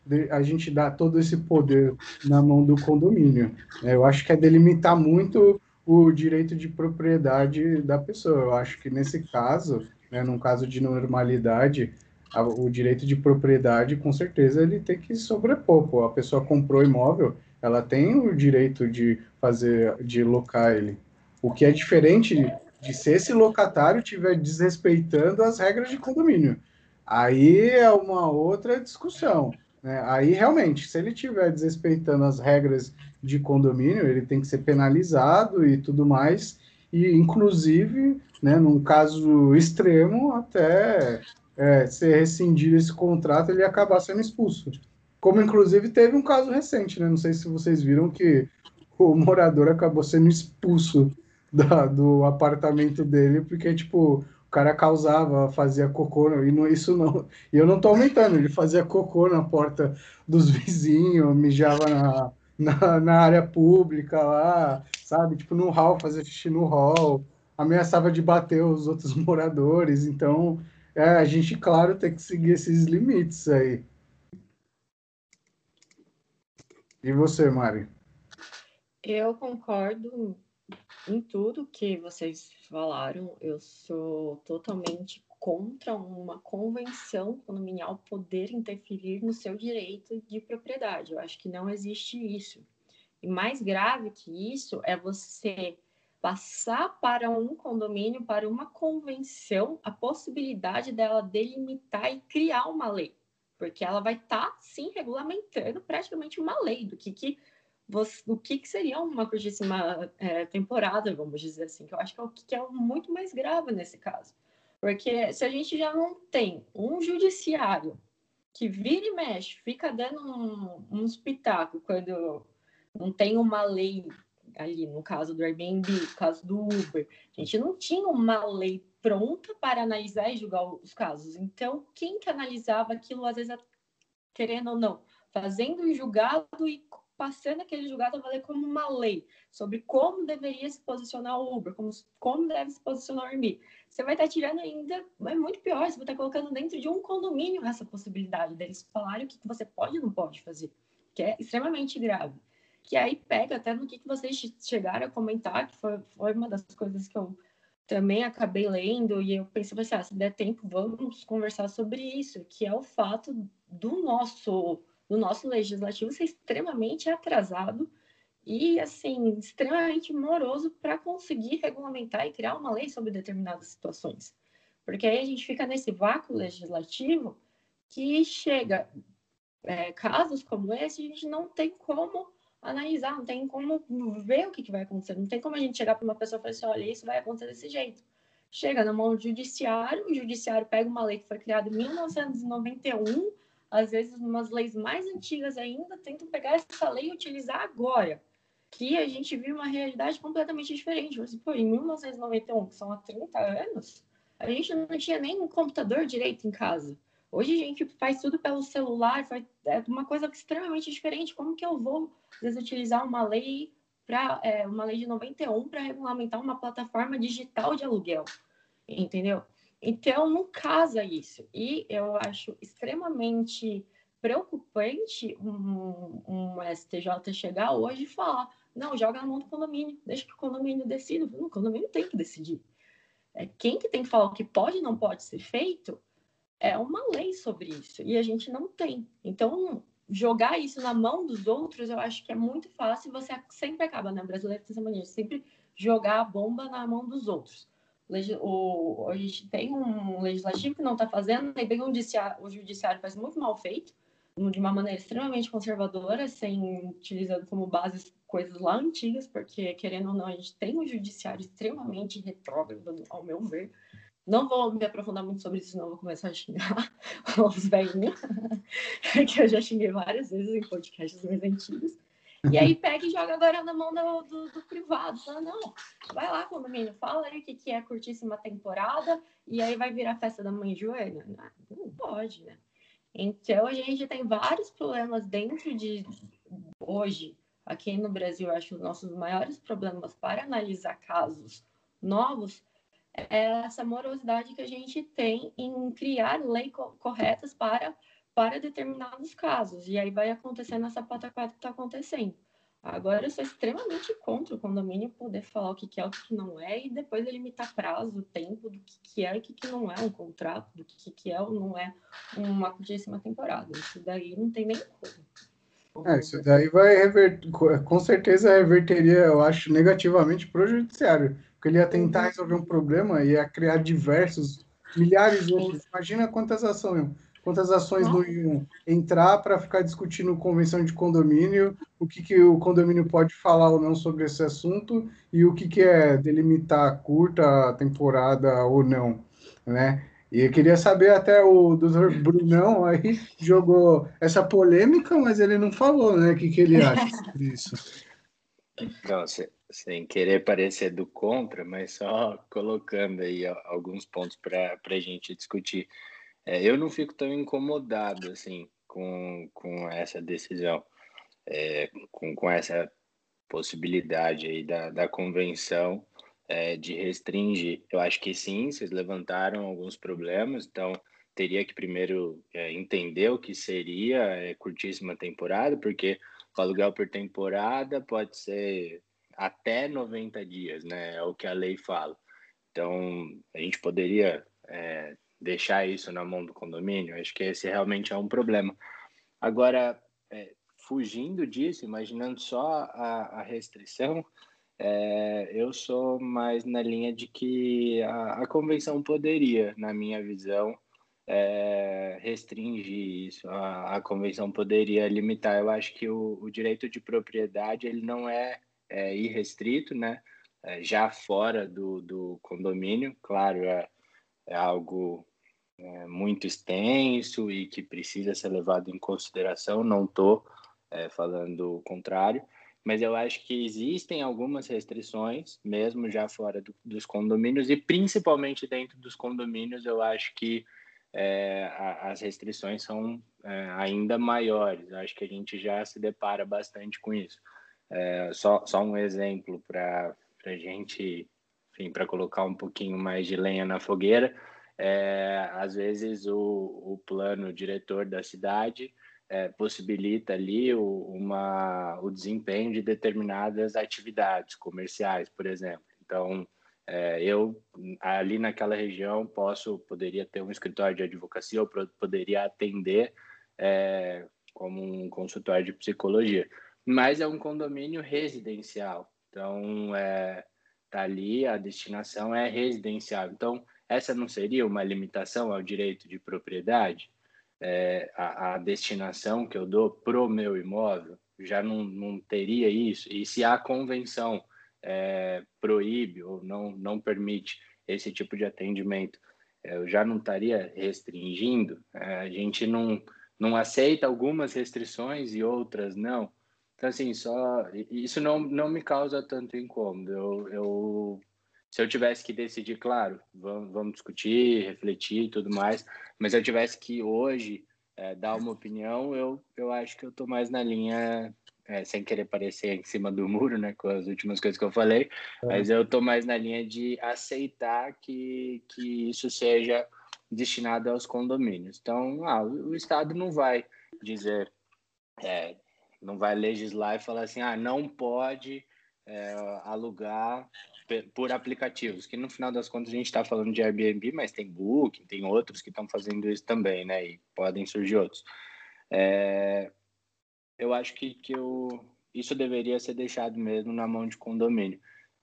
a gente dá todo esse poder na mão do condomínio. Eu acho que é delimitar muito o direito de propriedade da pessoa. Eu acho que nesse caso, né, num caso de normalidade, o direito de propriedade, com certeza, ele tem que sobrepor. Pô. A pessoa comprou imóvel, ela tem o direito de fazer, de locar ele. O que é diferente de se esse locatário estiver desrespeitando as regras de condomínio. Aí é uma outra discussão, né? Aí realmente, se ele estiver desrespeitando as regras de condomínio, ele tem que ser penalizado e tudo mais, e inclusive, né, num caso extremo, até ser rescindido esse contrato, ele acabar sendo expulso. Como inclusive teve um caso recente, né? Não sei se vocês viram que o morador acabou sendo expulso do apartamento dele, porque, tipo, o cara causava, fazia cocô, e não, isso não. E eu não tô aumentando, ele fazia cocô na porta dos vizinhos, mijava na área pública lá, sabe? Tipo, no hall, fazia xixi no hall, ameaçava de bater os outros moradores. Então, a gente, claro, tem que seguir esses limites aí. E você, Mari? Eu concordo em tudo que vocês falaram. Eu sou totalmente contra uma convenção condominial poder interferir no seu direito de propriedade. Eu acho que não existe isso. E mais grave que isso é você passar para um condomínio, para uma convenção, a possibilidade dela delimitar e criar uma lei. Porque ela vai estar, sim, regulamentando praticamente uma lei do o que seria uma curtíssima temporada, vamos dizer assim, que eu acho que é o que é muito mais grave nesse caso. Porque se a gente já não tem um judiciário que vira e mexe, fica dando um espetáculo quando não tem uma lei ali, no caso do Airbnb, no caso do Uber, a gente não tinha uma lei pronta para analisar e julgar os casos. Então, quem que analisava aquilo, às vezes, querendo ou não, fazendo um julgado e passando aquele julgado a valer como uma lei sobre como deveria se posicionar o Uber, como deve se posicionar o Airbnb. Você vai estar tirando ainda, é muito pior, você vai estar colocando dentro de um condomínio essa possibilidade deles falarem o que você pode e não pode fazer, que é extremamente grave. Que aí pega até no que vocês chegaram a comentar, que foi uma das coisas que eu também acabei lendo, e eu pensei assim, se der tempo, vamos conversar sobre isso, que é o fato do nosso legislativo ser extremamente atrasado e, assim, extremamente moroso para conseguir regulamentar e criar uma lei sobre determinadas situações. Porque aí a gente fica nesse vácuo legislativo que chega casos como esse, a gente não tem como analisar, não tem como ver o que vai acontecer, não tem como a gente chegar para uma pessoa e falar assim, olha, isso vai acontecer desse jeito. Chega na mão do judiciário, o judiciário pega uma lei que foi criada em 1991, às vezes umas leis mais antigas ainda, tentam pegar essa lei e utilizar agora, que a gente vive uma realidade completamente diferente. Mas, pô, em 1991, que são há 30 anos, a gente não tinha nem um computador direito em casa. Hoje a gente faz tudo pelo celular, é uma coisa extremamente diferente. Como que eu vou, às vezes, utilizar uma lei uma lei de 91 para regulamentar uma plataforma digital de aluguel, entendeu? Então, não casa isso. E eu acho extremamente preocupante um STJ chegar hoje e falar, não, joga na mão do condomínio, deixa que o condomínio decida. O condomínio tem que decidir. Quem que tem que falar o que pode e não pode ser feito é uma lei sobre isso, e a gente não tem. Então, jogar isso na mão dos outros, eu acho que é muito fácil, e você sempre acaba, né? O brasileiro tem essa mania de sempre jogar a bomba na mão dos outros. A gente tem um legislativo que não está fazendo, e bem o judiciário faz muito mal feito, de uma maneira extremamente conservadora, utilizando como base coisas lá antigas, porque, querendo ou não, a gente tem um judiciário extremamente retrógrado, ao meu ver. Não vou me aprofundar muito sobre isso, senão vou começar a xingar os velhinhos, que eu já xinguei várias vezes em podcasts mais antigos. E aí pega e joga agora na mão do privado. Fala, não, vai lá, condomínio, fala aí o que é curtíssima temporada, e aí vai virar festa da mãe Joana. Não pode, né? Então, a gente tem vários problemas dentro de... Hoje, aqui no Brasil, eu acho os nossos maiores problemas para analisar casos novos é essa morosidade que a gente tem em criar leis corretas para para determinados casos. E aí vai acontecendo essa pataquada que está acontecendo. Agora, eu sou extremamente contra o condomínio poder falar o que é, o que não é, e depois limitar prazo, tempo do que é e o que não é um contrato, do que é ou não é uma curtíssima temporada. Isso daí não tem nem como. Isso daí vai reverter, com certeza reverteria, eu acho, negativamente para o judiciário, porque ele ia tentar resolver um problema e ia criar diversos, milhares de outros. Imagina quantas ações não iam entrar para ficar discutindo convenção de condomínio, o que o condomínio pode falar ou não sobre esse assunto e o que é delimitar curta temporada ou não, né? E eu queria saber até o doutor Brunão aí jogou essa polêmica, mas ele não falou, né? O que ele acha sobre isso. Então, sem querer parecer do contra, mas só colocando aí alguns pontos para a gente discutir. Eu não fico tão incomodado assim com essa decisão, com essa possibilidade aí da convenção de restringir. Eu acho que sim, vocês levantaram alguns problemas, então teria que primeiro entender o que seria curtíssima temporada, porque o aluguel por temporada pode ser até 90 dias, né? É o que a lei fala. Então, a gente poderia deixar isso na mão do condomínio? Acho que esse realmente é um problema. Agora, fugindo disso, imaginando só a restrição, eu sou mais na linha de que a convenção poderia, na minha visão, restringir isso. A convenção poderia limitar. Eu acho que o direito de propriedade ele não é irrestrito, né? Já fora do condomínio, claro, é algo muito extenso e que precisa ser levado em consideração. Não estou falando o contrário, mas eu acho que existem algumas restrições, mesmo já fora dos condomínios, e principalmente dentro dos condomínios, eu acho que as restrições são ainda maiores. Eu acho que a gente já se depara bastante com isso. Só um exemplo para a gente, enfim, para colocar um pouquinho mais de lenha na fogueira. Às vezes o plano diretor da cidade possibilita ali o desempenho de determinadas atividades comerciais, por exemplo. Então, eu ali naquela região poderia ter um escritório de advocacia ou poderia atender como um consultório de psicologia, mas é um condomínio residencial, então tá ali, a destinação é residencial. Então, essa não seria uma limitação ao direito de propriedade? A destinação que eu dou pro meu imóvel já não teria isso? E se a convenção proíbe ou não permite esse tipo de atendimento, eu já não estaria restringindo? A gente não aceita algumas restrições e outras não. Então, assim, isso não me causa tanto incômodo. Se eu tivesse que decidir, claro, vamos discutir, refletir e tudo mais, mas se eu tivesse que hoje dar uma opinião, eu acho que eu estou mais na linha, sem querer parecer em cima do muro, né, com as últimas coisas que eu falei, mas eu estou mais na linha de aceitar que isso seja destinado aos condomínios. Então, o Estado não vai dizer, não vai legislar e falar assim, não pode alugar por aplicativos, que no final das contas a gente está falando de Airbnb, mas tem Booking, tem outros que estão fazendo isso também, né? E podem surgir outros. Eu acho que isso deveria ser deixado mesmo na mão de condomínio.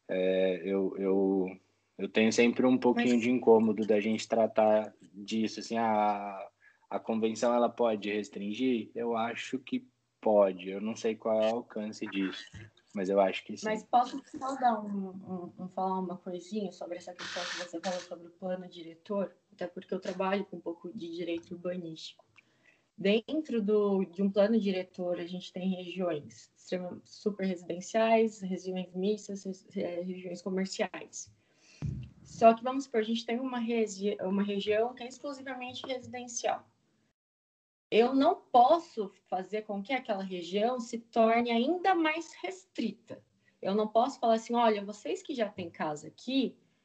Eu tenho sempre um pouquinho de incômodo da gente tratar disso, assim, a convenção ela pode restringir? Eu acho que pode, eu não sei qual é o alcance disso, mas eu acho que sim. Mas posso só dar falar uma coisinha sobre essa questão que você falou sobre o plano diretor? Até porque eu trabalho com um pouco de direito urbanístico. Dentro de um plano diretor, a gente tem regiões super residenciais, regiões mistas, regiões comerciais. Só que, vamos supor, a gente tem uma região que é exclusivamente residencial. Eu não posso fazer com que aquela região se torne ainda mais restrita. Eu não posso falar assim, olha, vocês que já têm casa aqui,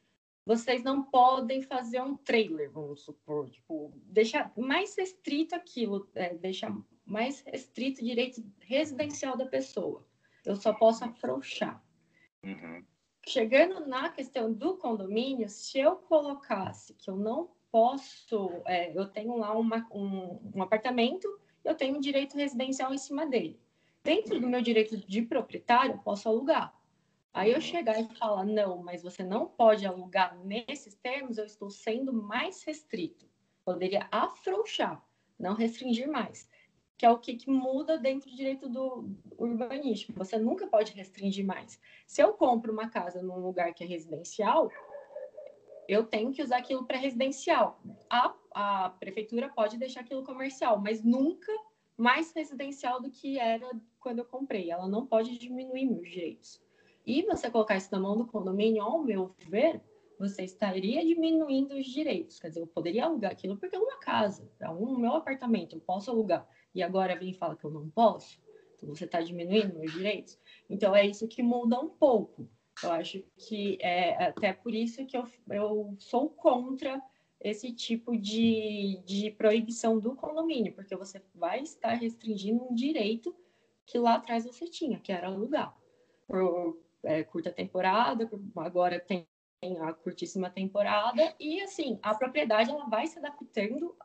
vocês não podem fazer um trailer, vamos supor, tipo, deixar mais restrito aquilo, deixar mais restrito o direito residencial da pessoa. Eu só posso afrouxar. Uhum. Chegando na questão do condomínio, se eu colocasse que eu não posso, eu tenho lá um apartamento, eu tenho um direito residencial em cima dele. Dentro do meu direito de proprietário, eu posso alugar. Aí eu chegar e falar, não, mas você não pode alugar nesses termos, eu estou sendo mais restrito. Poderia afrouxar, não restringir mais. Que é o que muda dentro do direito do urbanístico. Você nunca pode restringir mais. Se eu compro uma casa num lugar que é residencial, eu tenho que usar aquilo para residencial. A prefeitura pode deixar aquilo comercial, mas nunca mais residencial do que era quando eu comprei. Ela não pode diminuir meus direitos. E você colocar isso na mão do condomínio, ao meu ver, você estaria diminuindo os direitos. Quer dizer, eu poderia alugar aquilo porque é uma casa, é um meu apartamento, eu posso alugar. E agora vem e fala que eu não posso? Então você está diminuindo meus direitos? Então é isso que muda um pouco. Eu acho que é até por isso que eu sou contra esse tipo de proibição do condomínio, porque você vai estar restringindo um direito que lá atrás você tinha, que era alugar. Por curta temporada, agora tem a curtíssima temporada, e assim, a propriedade ela vai se adaptando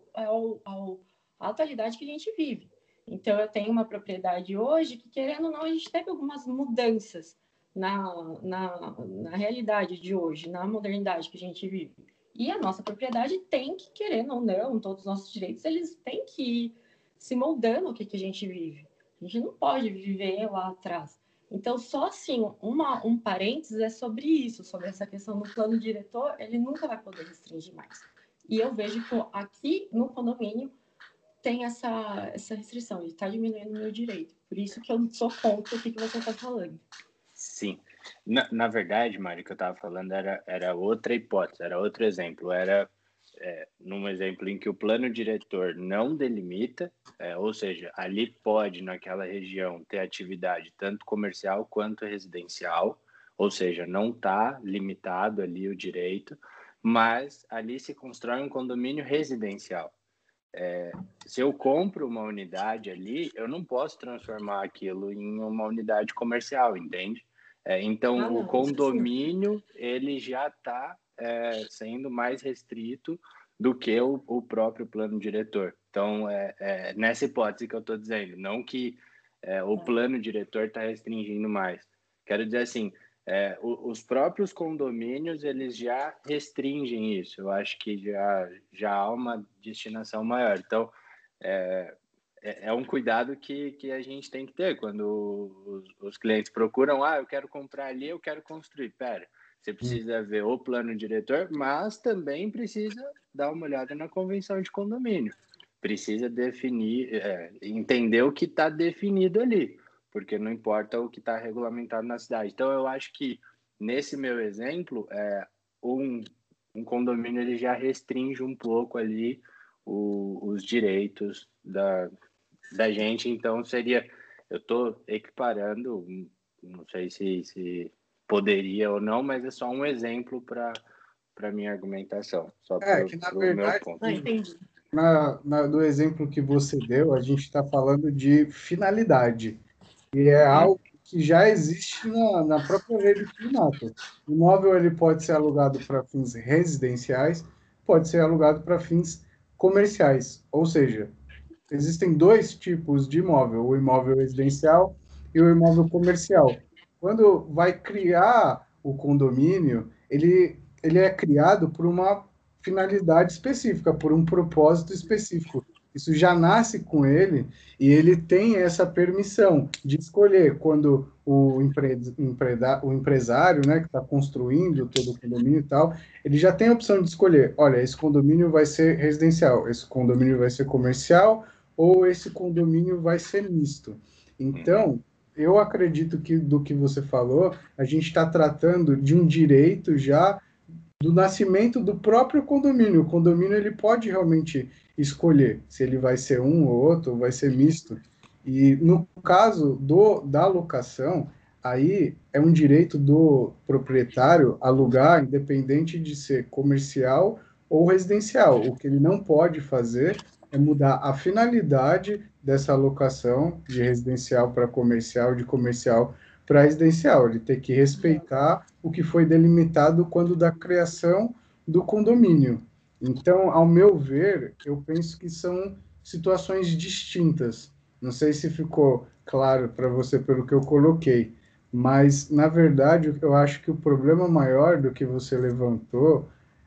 à atualidade que a gente vive. Então, eu tenho uma propriedade hoje que, querendo ou não, a gente teve algumas mudanças na realidade de hoje, na modernidade que a gente vive. E a nossa propriedade tem que, querendo ou não, todos os nossos direitos, eles têm que ir se moldando o que a gente vive. A gente não pode viver lá atrás. Então, só assim, um parênteses é sobre isso, sobre essa questão do plano diretor, ele nunca vai poder restringir mais. E eu vejo que aqui no condomínio tem essa restrição, ele está diminuindo o meu direito. Por isso que eu sou contra o que você está falando. Sim. Na verdade, Mário, o que eu estava falando era outra hipótese, era outro exemplo. Era num exemplo em que o plano diretor não delimita, ou seja, ali pode, naquela região, ter atividade tanto comercial quanto residencial, ou seja, não está limitado ali o direito, mas ali se constrói um condomínio residencial. Se eu compro uma unidade ali, eu não posso transformar aquilo em uma unidade comercial, entende? Então, o condomínio ele já está sendo mais restrito do que o próprio plano diretor. Então, nessa hipótese que eu estou dizendo, não que o plano diretor está restringindo mais. Quero dizer assim, os próprios condomínios eles já restringem isso. Eu acho que já há uma destinação maior. Então, é um cuidado que a gente tem que ter quando os clientes procuram, eu quero comprar ali, eu quero construir. Pera, você precisa ver o plano diretor, mas também precisa dar uma olhada na convenção de condomínio. Precisa definir, entender o que está definido ali, porque não importa o que está regulamentado na cidade. Então, eu acho que, nesse meu exemplo, um condomínio ele já restringe um pouco ali os direitos da gente. Então, eu estou equiparando, não sei se poderia ou não, mas é só um exemplo para minha argumentação, só para Que na o meu verdade, ponto. Entendi. do exemplo que você deu, a gente está falando de finalidade, e é algo que já existe na própria lei do inquilinato. O imóvel ele pode ser alugado para fins residenciais, pode ser alugado para fins comerciais, ou seja, existem dois tipos de imóvel, o imóvel residencial e o imóvel comercial. Quando vai criar o condomínio, ele é criado por uma finalidade específica, por um propósito específico. Isso já nasce com ele e ele tem essa permissão de escolher quando o empresário, né, que está construindo todo o condomínio e tal, ele já tem a opção de escolher, olha, esse condomínio vai ser residencial, esse condomínio vai ser comercial, ou esse condomínio vai ser misto. Então, eu acredito que do que você falou, a gente está tratando de um direito já do nascimento do próprio condomínio. O condomínio ele pode realmente escolher se ele vai ser um ou outro, ou vai ser misto. E no caso da locação, Aí é um direito do proprietário alugar, independente de ser comercial ou residencial. O que ele não pode fazer é mudar a finalidade dessa alocação de residencial para comercial, de comercial para residencial. Ele tem que respeitar o que foi delimitado quando da criação do condomínio. Então, ao meu ver, eu penso que são situações distintas. Não sei se ficou claro para você pelo que eu coloquei. Mas, na verdade, eu acho que o problema maior do que você levantou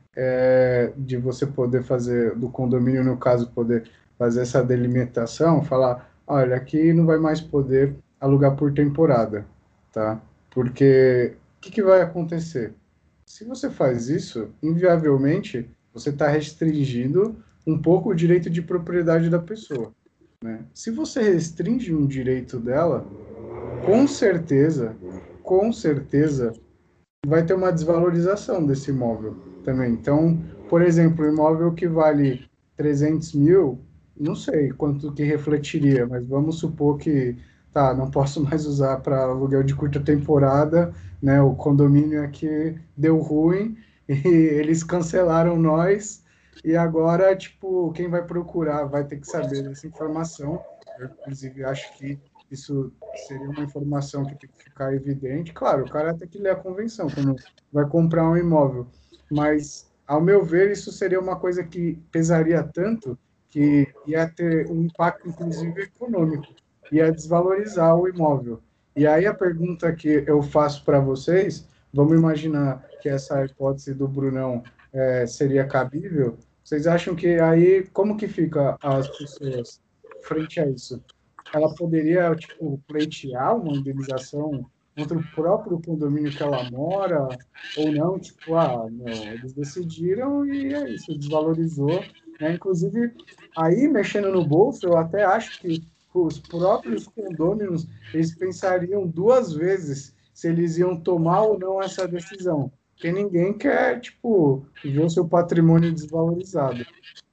é de você poder fazer, do condomínio, no caso, poder fazer essa delimitação, falar, olha, aqui não vai mais poder alugar por temporada, tá? Porque o que vai acontecer? Se você faz isso, inviavelmente, você está restringindo um pouco o direito de propriedade da pessoa, né? Se você restringe um direito dela, com certeza, com certeza, vai ter uma desvalorização desse imóvel também. Então, por exemplo, um imóvel que vale 300 mil, não sei quanto que refletiria, mas vamos supor que, tá, não posso mais usar para aluguel de curta temporada, né? O condomínio aqui deu ruim e eles cancelaram nós, e agora, tipo, quem vai procurar vai ter que saber dessa informação. Eu, inclusive, acho que isso seria uma informação que tem que ficar evidente. Claro, o cara tem que ler a convenção quando vai comprar um imóvel, mas, ao meu ver, isso seria uma coisa que pesaria tanto que ia ter um impacto, inclusive, econômico, ia desvalorizar o imóvel. E aí a pergunta que eu faço para vocês, vamos imaginar que essa hipótese do Brunão seria cabível, vocês acham que aí, como que fica as pessoas frente a isso? Ela poderia, tipo, pleitear uma indenização contra o próprio condomínio que ela mora, ou não, tipo, ah, não, eles decidiram e é isso, desvalorizou, né? Inclusive, aí, mexendo no bolso, eu até acho que os próprios condôminos, eles pensariam duas vezes se eles iam tomar ou não essa decisão, porque ninguém quer, tipo, ver o seu patrimônio desvalorizado.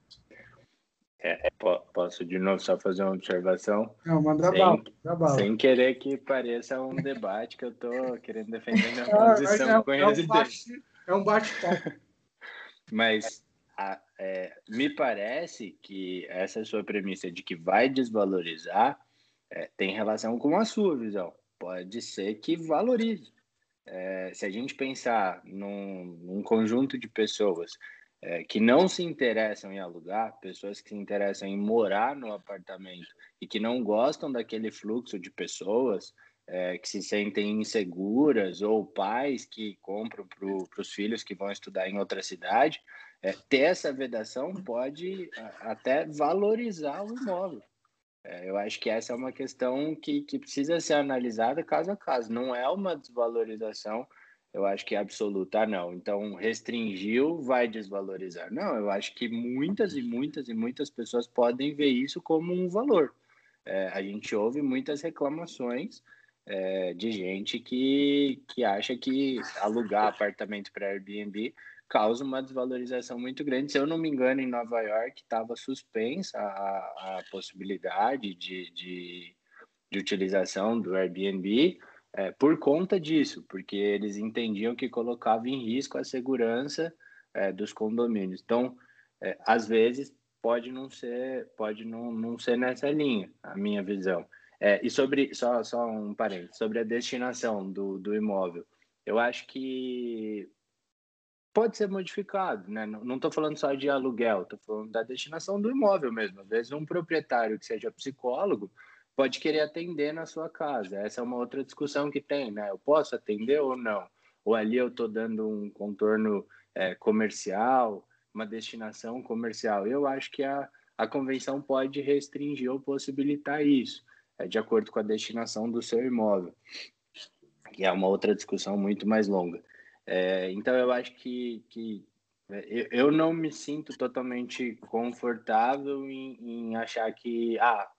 Posso de novo só fazer uma observação? Não, manda bala, Sem, manda bala. sem querer que pareça um debate que eu estou querendo defender minha Ah, mas posição com residência. é um bate-papo. Mas me parece que essa sua premissa de que vai desvalorizar tem relação com a sua visão. Pode ser que valorize. Se a gente pensar num conjunto de pessoas que não se interessam em alugar, pessoas que se interessam em morar no apartamento e que não gostam daquele fluxo de pessoas, que se sentem inseguras, ou pais que compram para os filhos que vão estudar em outra cidade, ter essa vedação pode até valorizar o imóvel. Eu acho que essa é uma questão que precisa ser analisada caso a caso. Não é uma desvalorização, eu acho que é absoluta. Ah, não. Então, restringiu, vai desvalorizar. Não, eu acho que muitas e muitas e muitas pessoas podem ver isso como um valor. A gente ouve muitas reclamações de gente que acha que alugar apartamento para Airbnb causa uma desvalorização muito grande. Se eu não me engano, em Nova York estava suspensa a possibilidade de utilização do Airbnb por conta disso, porque eles entendiam que colocava em risco a segurança dos condomínios. Então, às vezes, pode não ser nessa linha, a minha visão. E sobre, só um parênteses, sobre a destinação do imóvel, eu acho que pode ser modificado, né? Não estou falando só de aluguel, estou falando da destinação do imóvel mesmo. Às vezes, um proprietário que seja psicólogo pode querer atender na sua casa. Essa é uma outra discussão que tem, né? Eu posso atender ou não? Ou ali eu estou dando um contorno comercial, uma destinação comercial. Eu acho que a convenção pode restringir ou possibilitar isso, de acordo com a destinação do seu imóvel, que é uma outra discussão muito mais longa. Então, eu acho que eu não me sinto totalmente confortável em achar que,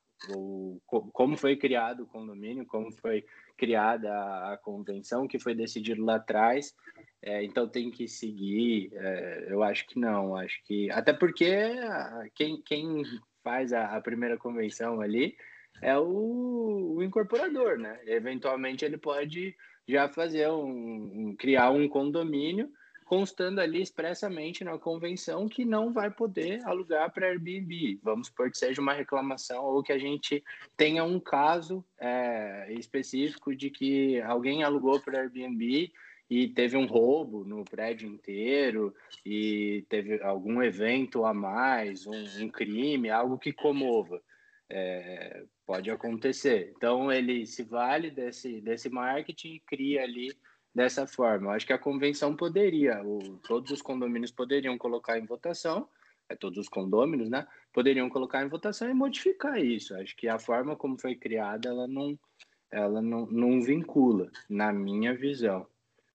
como foi criado o condomínio, como foi criada a convenção, que foi decidido lá atrás, então tem que seguir. Eu acho que não, acho que. Até porque quem faz a primeira convenção ali é o incorporador, né? Eventualmente ele pode já fazer criar um condomínio constando ali expressamente na convenção que não vai poder alugar para Airbnb. Vamos supor que seja uma reclamação ou que a gente tenha um caso específico de que alguém alugou para Airbnb e teve um roubo no prédio inteiro e teve algum evento a mais, um crime, algo que comova. Pode acontecer. Então, ele se vale desse marketing e cria ali dessa forma. Eu acho que a convenção poderia, todos os condomínios poderiam colocar em votação, todos os condôminos, né? Poderiam colocar em votação e modificar isso. Acho que a forma como foi criada, ela não vincula, na minha visão.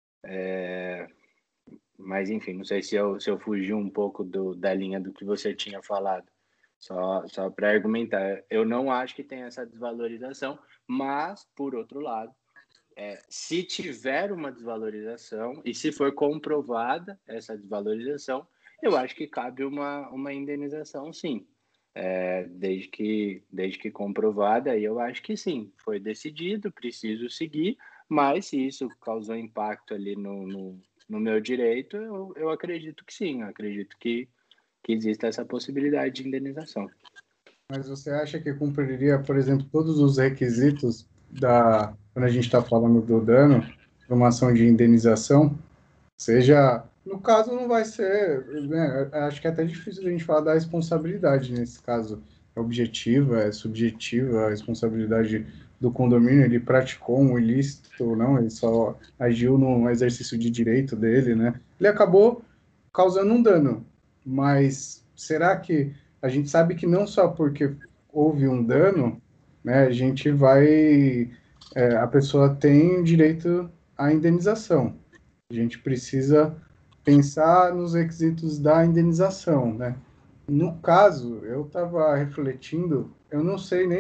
Mas, enfim, não sei se eu fugi um pouco da linha do que você tinha falado. Só para argumentar. Eu não acho que tem essa desvalorização, mas, por outro lado, se tiver uma desvalorização e se for comprovada essa desvalorização, eu acho que cabe uma indenização, sim. Desde que comprovada, aí eu acho que sim, foi decidido, preciso seguir, mas se isso causou impacto ali no meu direito, eu acredito que sim, eu acredito que existe essa possibilidade de indenização. Mas você acha que cumpriria, por exemplo, todos os requisitos quando a gente está falando do dano, para uma ação de indenização? Seja, no caso, não vai ser, né, acho que é até difícil a gente falar da responsabilidade nesse caso. É objetiva, é subjetiva, a responsabilidade do condomínio, ele praticou um ilícito ou não, ele só agiu no exercício de direito dele, né? Ele acabou causando um dano, mas será que a gente sabe que não só porque houve um dano, né, a gente vai, a pessoa tem direito à indenização. A gente precisa pensar nos requisitos da indenização, né? No caso, eu estava refletindo, eu não sei nem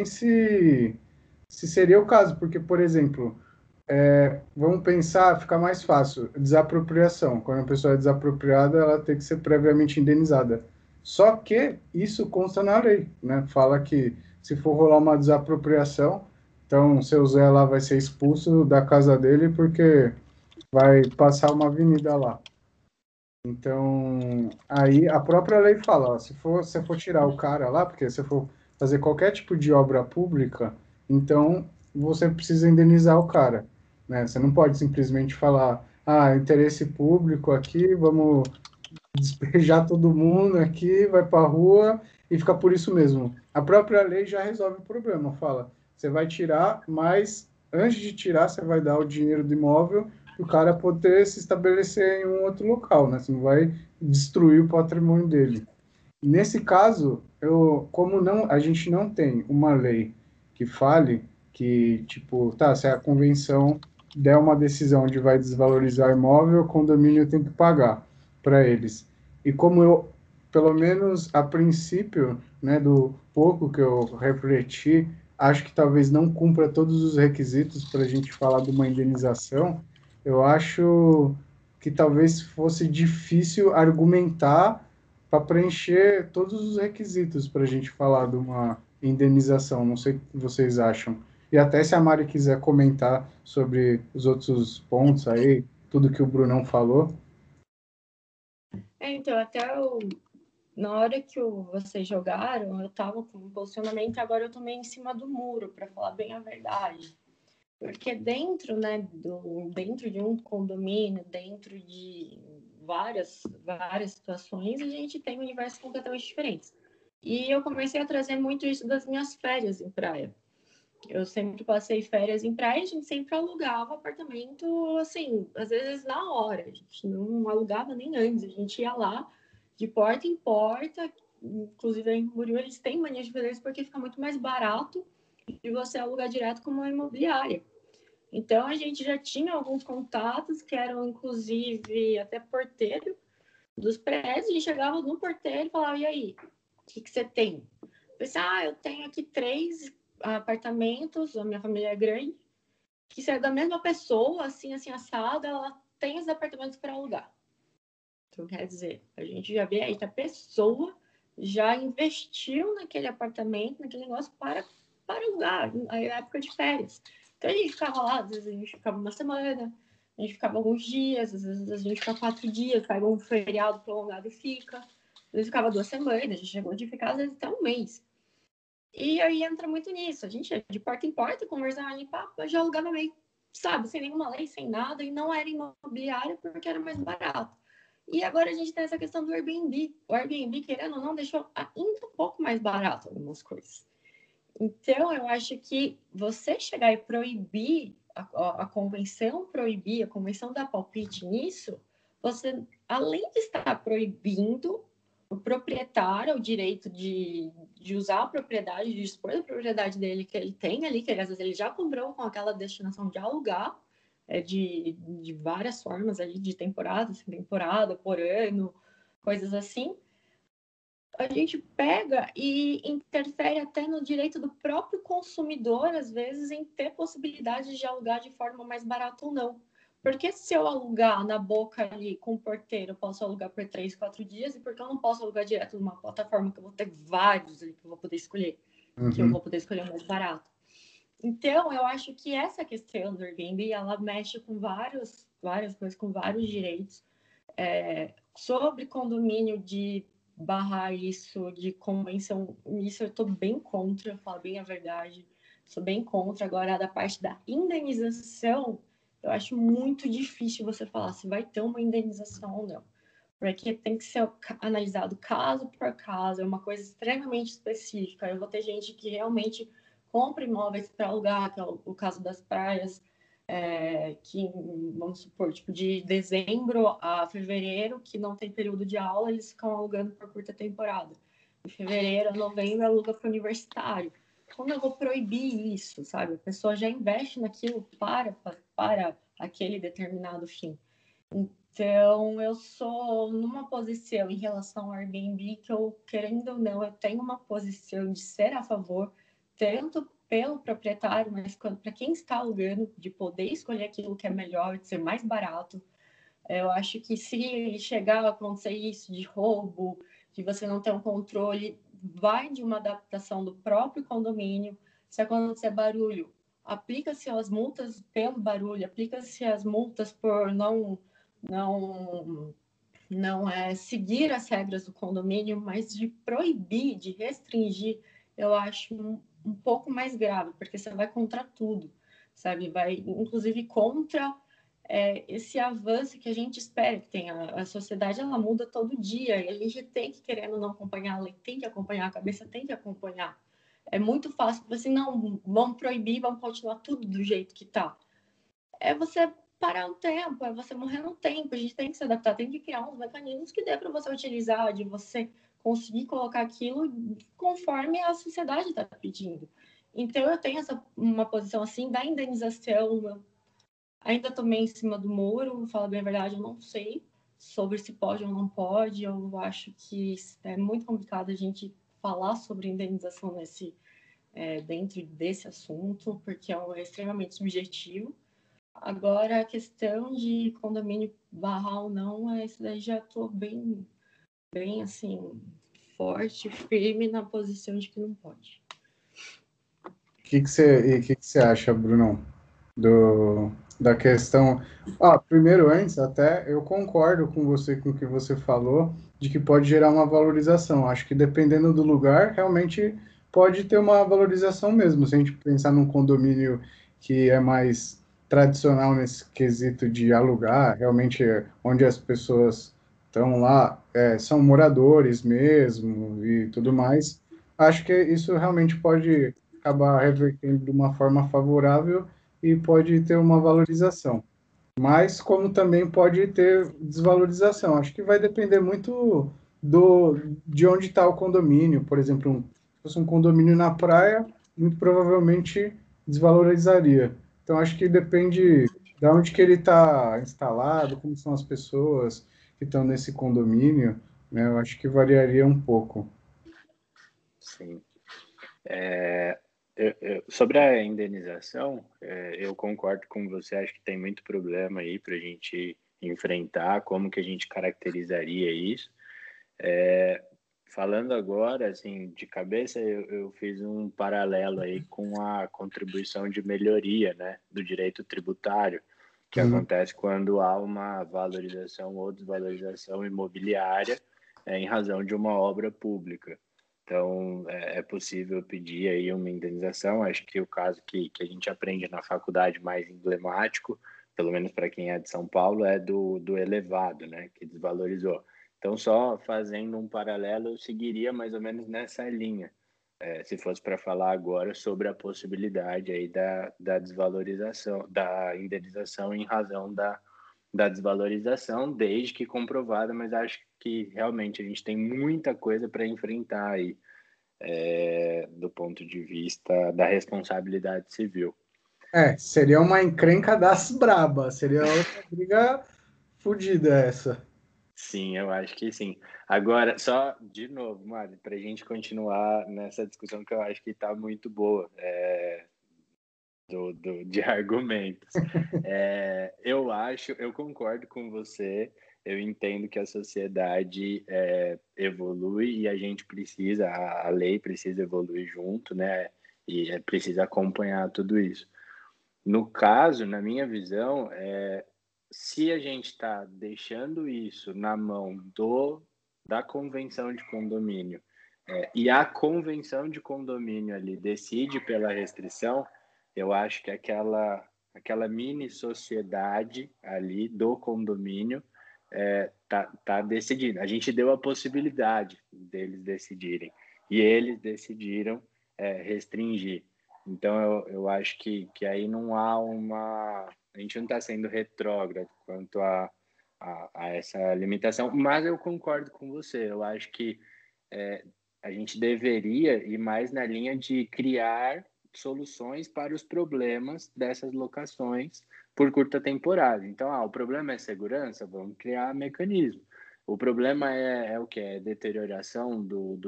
se seria o caso, porque, por exemplo, vamos pensar, fica mais fácil, desapropriação. Quando a pessoa é desapropriada, ela tem que ser previamente indenizada. Só que isso consta na lei, né? Fala que se for rolar uma desapropriação, então seu Zé lá vai ser expulso da casa dele porque vai passar uma avenida lá. Então, aí a própria lei fala, ó, se você for tirar o cara lá, porque se for fazer qualquer tipo de obra pública, então você precisa indenizar o cara, né? Você não pode simplesmente falar, interesse público aqui, vamos despejar todo mundo aqui, vai para a rua e fica por isso mesmo. A própria lei já resolve o problema, fala, você vai tirar, mas antes de tirar, você vai dar o dinheiro do imóvel para o cara poder se estabelecer em um outro local, né? Você não vai destruir o patrimônio dele. Nesse caso, como não, a gente não tem uma lei que fale que, tipo, tá, se a convenção der uma decisão de vai desvalorizar o imóvel, o condomínio tem que pagar para eles. E como eu, pelo menos a princípio, né, do pouco que eu refleti, acho que talvez não cumpra todos os requisitos para a gente falar de uma indenização, eu acho que talvez fosse difícil argumentar para preencher todos os requisitos para a gente falar de uma indenização. Não sei o que vocês acham. E até se a Mari quiser comentar sobre os outros pontos aí, tudo que o Brunão falou. Então, na hora que vocês jogaram, eu tava com um posicionamento, agora eu tô meio em cima do muro, para falar bem a verdade. Porque dentro, né, dentro de um condomínio, dentro de várias situações, a gente tem universos completamente diferentes. E eu comecei a trazer muito isso das minhas férias em praia. Eu sempre passei férias em praia, a gente sempre alugava apartamento, assim, às vezes na hora. A gente não alugava nem antes, a gente ia lá de porta em porta. Inclusive, em Camboriú, eles têm mania de fazer isso porque fica muito mais barato de você alugar direto como uma imobiliária. Então, a gente já tinha alguns contatos que eram, inclusive, até porteiro dos prédios. A gente chegava no porteiro e falava, e aí, o que você tem? Eu pensei, eu tenho aqui 3 apartamentos, a minha família é grande, que se é da mesma pessoa, assim, assada, ela tem os apartamentos para alugar. Então, quer dizer, a gente já vê aí que a pessoa já investiu naquele apartamento, naquele negócio para para alugar, na época de férias. Então a gente ficava lá, às vezes a gente ficava uma semana, a gente ficava alguns dias, às vezes a gente ficava 4 dias, pega um feriado prolongado e fica. Às vezes ficava 2 semanas, a gente chegou de ficar às vezes até um mês. E aí entra muito nisso. A gente ia de porta em porta, conversava ali, papo, já alugava meio, sabe, sem nenhuma lei, sem nada, e não era imobiliário porque era mais barato. E agora a gente tem essa questão do Airbnb. O Airbnb, querendo ou não, deixou ainda um pouco mais barato algumas coisas. Então, eu acho que você chegar e proibir, a convenção proibir, a convenção dar palpite nisso, você, além de estar proibindo o proprietário o direito de usar a propriedade, de dispor da propriedade dele que ele tem ali, que às vezes ele já comprou com aquela destinação de alugar, de várias formas ali, de temporada, sem temporada, por ano, coisas assim, a gente pega e interfere até no direito do próprio consumidor, às vezes, em ter possibilidade de alugar de forma mais barata ou não. Porque se eu alugar na boca ali com o porteiro, eu posso alugar por 3, 4 dias, e porque eu não posso alugar direto numa plataforma que eu vou ter vários ali que eu vou poder escolher, que eu vou poder escolher o mais barato. Então, eu acho que essa questão do Airbnb, ela mexe com várias coisas, com vários direitos. Sobre condomínio de barrar isso, de convenção, isso eu estou bem contra, eu falo bem a verdade, sou bem contra. Agora, da parte da indenização, eu acho muito difícil você falar se vai ter uma indenização ou não, porque tem que ser analisado caso por caso, é uma coisa extremamente específica. Eu vou ter gente que realmente compra imóveis para alugar, que é o caso das praias, que, vamos supor, tipo, de dezembro a fevereiro, que não tem período de aula, eles ficam alugando por curta temporada. De fevereiro a novembro, aluga para o universitário. Como eu vou proibir isso, sabe? A pessoa já investe naquilo para aquele determinado fim. Então, eu sou numa posição em relação ao Airbnb que eu, querendo ou não, eu tenho uma posição de ser a favor, tanto pelo proprietário, mas para quem está alugando, de poder escolher aquilo que é melhor, de ser mais barato. Eu acho que se chegar a acontecer isso de roubo, de você não ter um controle, vai de uma adaptação do próprio condomínio. Se acontecer barulho, aplica-se as multas pelo barulho, aplica-se as multas por não não é seguir as regras do condomínio, mas de proibir, de restringir, eu acho um pouco mais grave, porque você vai contra tudo, sabe? Vai, inclusive, contra esse avanço que a gente espera que tenha. A sociedade, ela muda todo dia, e a gente tem que, querendo ou não acompanhar, a lei tem que acompanhar, a cabeça tem que acompanhar. É muito fácil, assim, não, vamos proibir, vamos continuar tudo do jeito que está. É você parar o tempo, é você morrer no tempo. A gente tem que se adaptar, tem que criar uns mecanismos que dê para você utilizar, de você conseguir colocar aquilo conforme a sociedade está pedindo. Então, eu tenho uma posição assim da indenização. Eu ainda estou meio em cima do muro, vou falar bem a verdade, eu não sei sobre se pode ou não pode. Eu acho que é muito complicado a gente falar sobre indenização dentro desse assunto, porque é extremamente subjetivo. Agora, a questão de condomínio barrar ou não, isso daí já estou bem assim, forte, firme na posição de que não pode. Que você acha, Brunão, da questão? Primeiro, antes, até eu concordo com você, com o que você falou, de que pode gerar uma valorização. Acho que dependendo do lugar, realmente pode ter uma valorização mesmo. Se a gente pensar num condomínio que é mais tradicional nesse quesito de alugar, realmente onde as pessoas estão lá, são moradores mesmo e tudo mais, acho que isso realmente pode acabar revertendo de uma forma favorável e pode ter uma valorização. Mas como também pode ter desvalorização. Acho que vai depender muito de onde está o condomínio. Por exemplo, se fosse um condomínio na praia, muito provavelmente desvalorizaria. Então acho que depende de onde que ele está instalado, como são as pessoas que estão nesse condomínio, né? Eu acho que variaria um pouco. Sim. Sobre a indenização, eu concordo com você, acho que tem muito problema aí para a gente enfrentar, como que a gente caracterizaria isso. falando agora, assim, de cabeça, eu fiz um paralelo aí com a contribuição de melhoria, né, do direito tributário, que Uhum. acontece quando há uma valorização ou desvalorização imobiliária em razão de uma obra pública. Então, é possível pedir aí uma indenização. Acho que o caso que a gente aprende na faculdade mais emblemático, pelo menos para quem é de São Paulo, é do elevado, né, que desvalorizou. Então, só fazendo um paralelo, eu seguiria mais ou menos nessa linha, se fosse para falar agora sobre a possibilidade aí da desvalorização, da indenização em razão da desvalorização, desde que comprovada, mas acho que realmente a gente tem muita coisa para enfrentar aí, do ponto de vista da responsabilidade civil. Seria uma encrenca das brabas, seria outra briga fodida essa. Sim, eu acho que sim. Agora, só de novo, Mário, para a gente continuar nessa discussão que eu acho que está muito boa, de argumentos. Eu concordo com você, eu entendo que a sociedade evolui e a gente precisa, a lei precisa evoluir junto, né? E precisa acompanhar tudo isso. No caso, na minha visão, se a gente está deixando isso na mão da convenção de condomínio, e a convenção de condomínio ali decide pela restrição, eu acho que aquela mini sociedade ali do condomínio tá decidindo. A gente deu a possibilidade deles decidirem e eles decidiram restringir. Então eu acho que aí não há a gente não está sendo retrógrado quanto a essa limitação, mas eu concordo com você. Eu acho que a gente deveria ir mais na linha de criar soluções para os problemas dessas locações por curta temporada. Então, o problema é segurança, vamos criar mecanismo. O problema é o que? É deterioração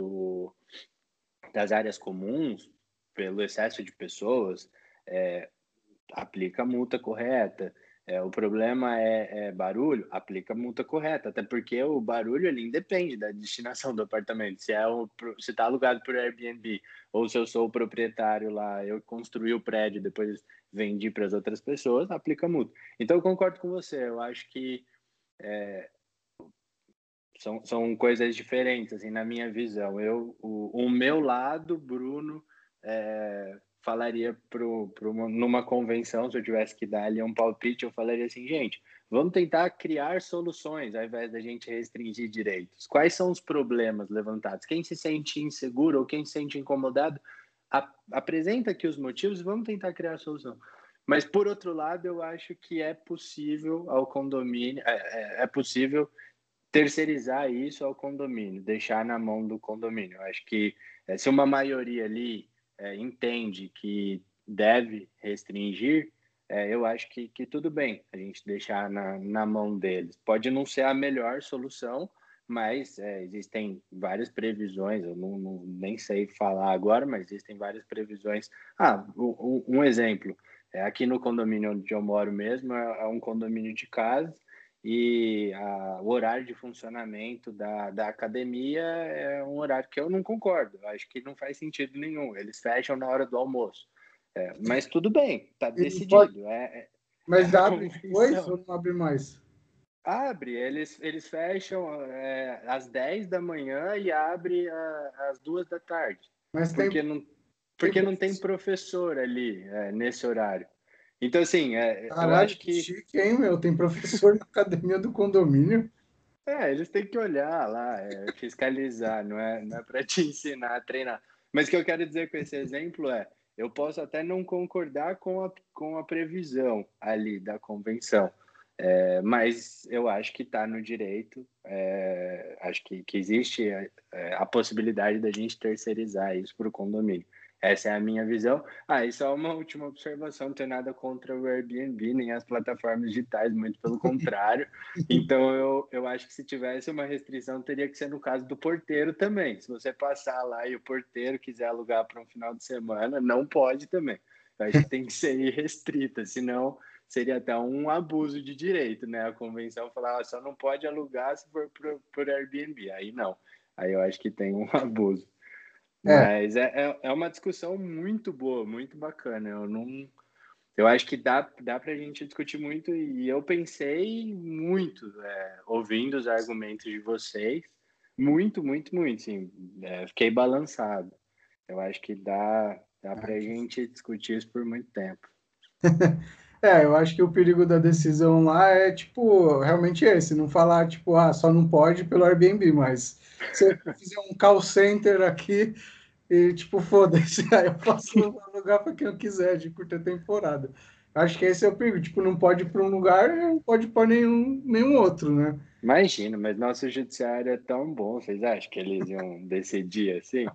das áreas comuns pelo excesso de pessoas, aplica a multa correta. O problema é barulho, aplica a multa correta, até porque o barulho ele independe da destinação do apartamento. Se está alugado por Airbnb ou se eu sou o proprietário lá, eu construí o prédio, depois vendi para as outras pessoas, aplica a multa. Então eu concordo com você. Eu acho que são coisas diferentes, assim, na minha visão. O meu lado, Bruno, falaria numa convenção, se eu tivesse que dar ali um palpite, eu falaria assim, gente, vamos tentar criar soluções ao invés da gente restringir direitos. Quais são os problemas levantados? Quem se sente inseguro ou quem se sente incomodado, apresenta aqui os motivos e vamos tentar criar a solução. Mas, por outro lado, eu acho que é possível ao condomínio, é possível terceirizar isso ao condomínio, deixar na mão do condomínio. Eu acho que se uma maioria ali entende que deve restringir, eu acho que tudo bem a gente deixar na mão deles. Pode não ser a melhor solução, mas existem várias previsões, eu nem sei falar agora, mas existem várias previsões. Um exemplo, aqui no condomínio onde eu moro mesmo, é um condomínio de casas, e o horário de funcionamento da academia é um horário que eu não concordo. Acho que não faz sentido nenhum. Eles fecham na hora do almoço. Mas tudo bem, está E não pode, decidido. É mas a abre depois convenção. ou não abre mais? Abre, eles fecham às 10 da manhã e abre às 2 da tarde. Mas Porque tem, não, tem porque não tem professor ali nesse horário. Então, assim, eu caralho, acho que que chique, hein, meu? Tem professor na academia do condomínio. eles têm que olhar lá, fiscalizar, não é para te ensinar a treinar. Mas o que eu quero dizer com esse exemplo eu posso até não concordar com a previsão ali da convenção, mas eu acho que está no direito, acho que existe a possibilidade da gente terceirizar isso para o condomínio. Essa é a minha visão. E só uma última observação, não tenho nada contra o Airbnb, nem as plataformas digitais, muito pelo contrário. Então, eu acho que se tivesse uma restrição, teria que ser no caso do porteiro também. Se você passar lá e o porteiro quiser alugar para um final de semana, não pode também. Eu acho que tem que ser restrita, senão seria até um abuso de direito, né? A convenção falava só não pode alugar se for por Airbnb. Aí não. aí eu acho que tem um abuso. É, Mas é uma discussão muito boa, muito bacana. Eu acho que dá para a gente discutir muito e eu pensei muito, ouvindo os argumentos de vocês, muito, muito, muito, sim. Fiquei balançado. Eu acho que dá para a gente discutir isso por muito tempo. eu acho que o perigo da decisão lá é, tipo, realmente esse, não falar, tipo, só não pode pelo Airbnb, mas se eu fizer um call center aqui e, tipo, foda-se, aí eu posso alugar para quem eu quiser, de curta temporada. Acho que esse é o perigo, tipo, não pode ir para um lugar, não pode ir para nenhum outro, né? Imagina, mas nosso judiciário é tão bom, vocês acham que eles iam decidir assim?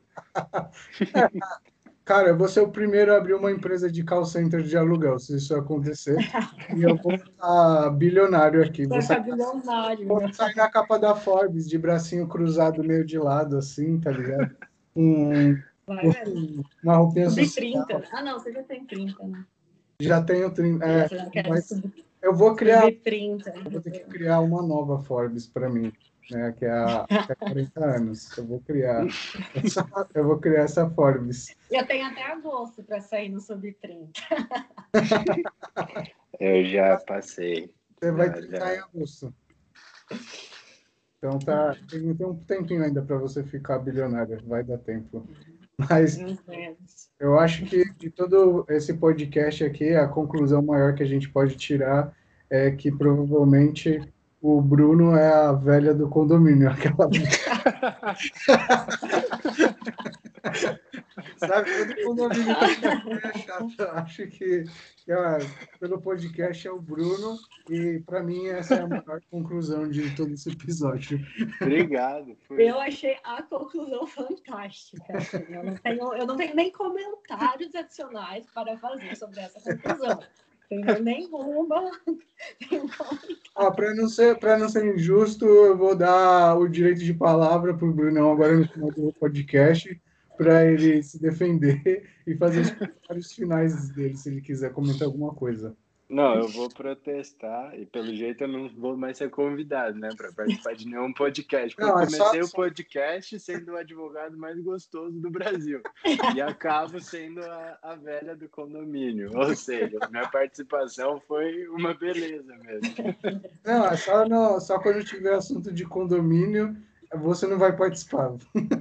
Cara, eu vou ser o primeiro a abrir uma empresa de call center de aluguel, se isso acontecer. E eu vou ficar bilionário aqui. Vai ficar bilionário, Vou né? sair na capa da Forbes, de bracinho cruzado, meio de lado, assim, tá ligado? Um, Vai mesmo. uma roupinha Subir social. 30. Ah, não, você já tem 30, né? Já tenho 30. Você já quer Mas subir, eu vou criar, subir 30. eu vou ter que criar uma nova Forbes para mim, né? Que é 40 anos. Essa, eu vou criar essa Forbes. Já tem até agosto para sair no Sub 30. Eu já passei. Você vai Já, tentar em já. agosto. Então tem um tempinho ainda para você ficar bilionária, vai dar tempo. Mas eu acho que de todo esse podcast aqui, a conclusão maior que a gente pode tirar é que provavelmente o Bruno é a velha do condomínio, aquela. Sabe, todo condomínio é chato. Eu acho que pelo podcast é o Bruno, e para mim essa é a maior conclusão de todo esse episódio. Obrigado. Eu achei a conclusão fantástica. Assim. Eu não tenho nem comentários adicionais para fazer sobre essa conclusão. Tenho nenhuma. Para não ser injusto, eu vou dar o direito de palavra para o Brunão agora no final do podcast, para ele se defender e fazer os comentários finais dele, se ele quiser comentar alguma coisa. Não, eu vou protestar e pelo jeito eu não vou mais ser convidado, né, para participar de nenhum podcast. Porque eu Não, comecei o podcast sendo o advogado mais gostoso do Brasil e acabo sendo a velha do condomínio. Ou seja, minha participação foi uma beleza mesmo. Não, só quando tiver assunto de condomínio, você não vai participar.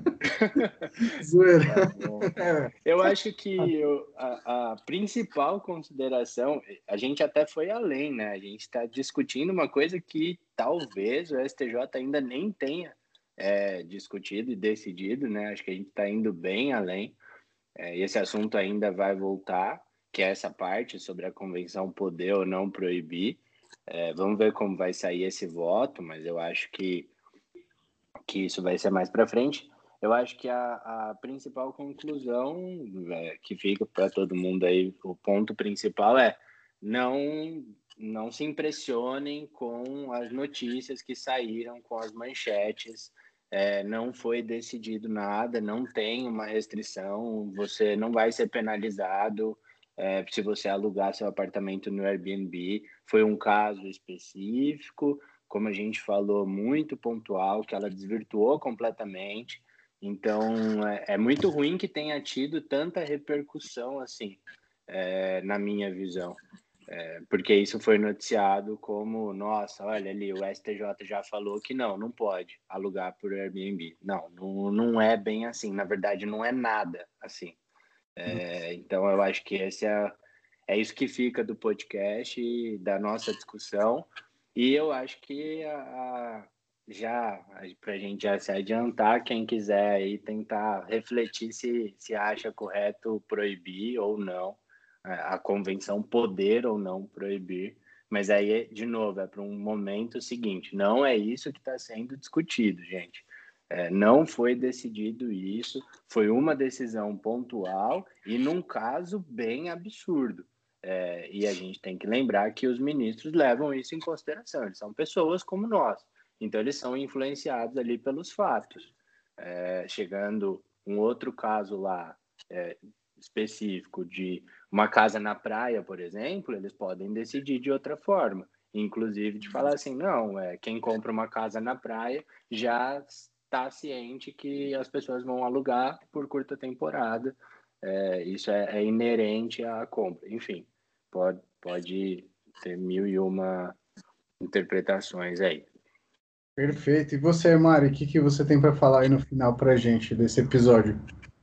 Zoeira. Tá bom. Eu acho que a principal consideração, a gente até foi além, né? A gente está discutindo uma coisa que talvez o STJ ainda nem tenha discutido e decidido, né? Acho que a gente está indo bem além. Esse assunto ainda vai voltar, que é essa parte sobre a convenção poder ou não proibir. Vamos ver como vai sair esse voto, mas eu acho que isso vai ser mais para frente. Eu acho que a principal conclusão que fica para todo mundo aí, o ponto principal é não se impressionem com as notícias que saíram, com as manchetes. Não foi decidido nada, não tem uma restrição, você não vai ser penalizado se você alugar seu apartamento no Airbnb. Foi um caso específico, como a gente falou, muito pontual, que ela desvirtuou completamente. Então, é muito ruim que tenha tido tanta repercussão assim, na minha visão. Porque isso foi noticiado como, nossa, olha ali, o STJ já falou que não pode alugar por Airbnb. Não é bem assim, na verdade não é nada assim. Então eu acho que esse é isso que fica do podcast e da nossa discussão. E eu acho que para a gente já se adiantar, quem quiser aí tentar refletir se acha correto proibir ou não, a convenção poder ou não proibir. Mas aí, de novo, é para um momento seguinte. Não é isso que está sendo discutido, gente. Não foi decidido isso, foi uma decisão pontual e num caso bem absurdo. E a gente tem que lembrar que os ministros levam isso em consideração. Eles são pessoas como nós, então eles são influenciados ali pelos fatos. Chegando um outro caso lá específico de uma casa na praia, por exemplo, eles podem decidir de outra forma. Inclusive de falar assim, não, quem compra uma casa na praia já tá ciente que as pessoas vão alugar por curta temporada. Isso é inerente à compra. Enfim, pode ter mil e uma interpretações aí. Perfeito. E você, Mari, o que você tem para falar aí no final para a gente desse episódio?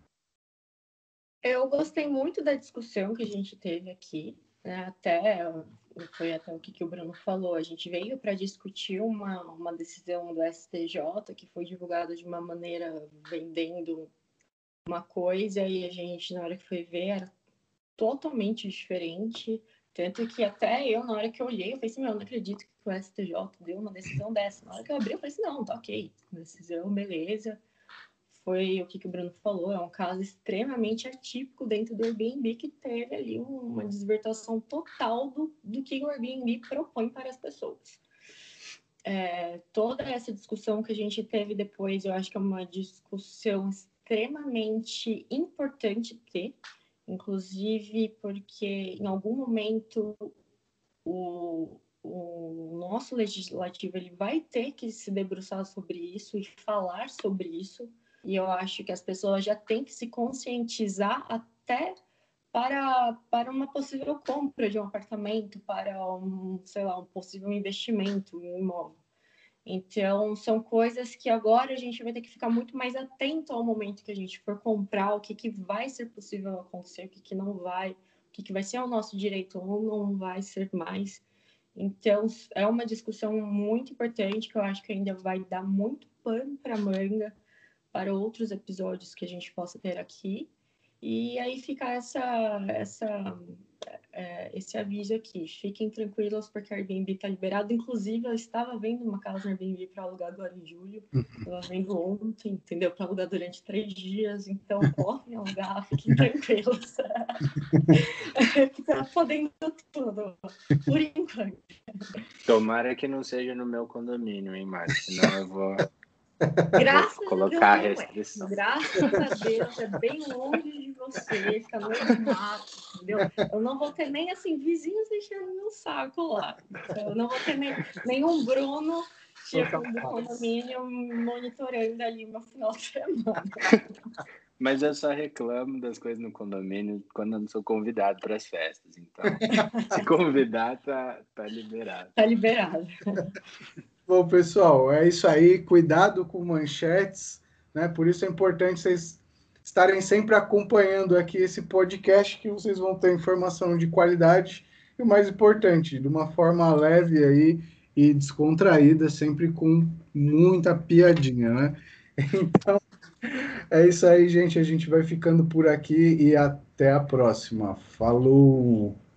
Eu gostei muito da discussão que a gente teve aqui, né? Foi até o que o Bruno falou. A gente veio para discutir uma decisão do STJ que foi divulgada de uma maneira vendendo uma coisa e a gente, na hora que foi ver, era totalmente diferente. Tanto que até eu, na hora que eu olhei, eu falei assim, não acredito que o STJ deu uma decisão dessa. Na hora que eu abri, eu falei assim, não, tá ok, decisão, beleza. Foi o que o Bruno falou, é um caso extremamente atípico dentro do Airbnb que teve ali uma desvirtuação total do que o Airbnb propõe para as pessoas. Toda essa discussão que a gente teve depois, eu acho que é uma discussão extremamente importante ter, inclusive porque em algum momento o nosso legislativo ele vai ter que se debruçar sobre isso e falar sobre isso. E eu acho que as pessoas já têm que se conscientizar até para uma possível compra de um apartamento, para sei lá, um possível investimento em um imóvel. Então, são coisas que agora a gente vai ter que ficar muito mais atento ao momento que a gente for comprar, o que vai ser possível acontecer, o que não vai, o que vai ser o nosso direito ou não vai ser mais. Então, é uma discussão muito importante que eu acho que ainda vai dar muito pano para manga para outros episódios que a gente possa ter aqui. E aí fica esse aviso aqui. Fiquem tranquilos porque a Airbnb está liberado. Inclusive, eu estava vendo uma casa na Airbnb para alugar agora em julho. Estava vendo ontem, entendeu? Para alugar durante 3 dias. Então, podem alugar, fiquem tranquilos. Está podendo tudo, por enquanto. Tomara que não seja no meu condomínio, hein, Mari? Senão eu vou Colocar a restrição. Graças a Deus, é bem longe de você, fica no meio do mato, entendeu? Eu não vou ter nem, assim, vizinhos deixando meu saco lá. Então, eu não vou ter nenhum Bruno chegando do condomínio monitorando ali no final de semana. Mas eu só reclamo das coisas no condomínio quando eu não sou convidado para as festas. Então, se convidar, tá liberado. Tá liberado. Bom, pessoal, é isso aí. Cuidado com manchetes, né? Por isso é importante vocês estarem sempre acompanhando aqui esse podcast, que vocês vão ter informação de qualidade e o mais importante, de uma forma leve aí e descontraída, sempre com muita piadinha, né? Então, é isso aí, gente. A gente vai ficando por aqui e até a próxima. Falou!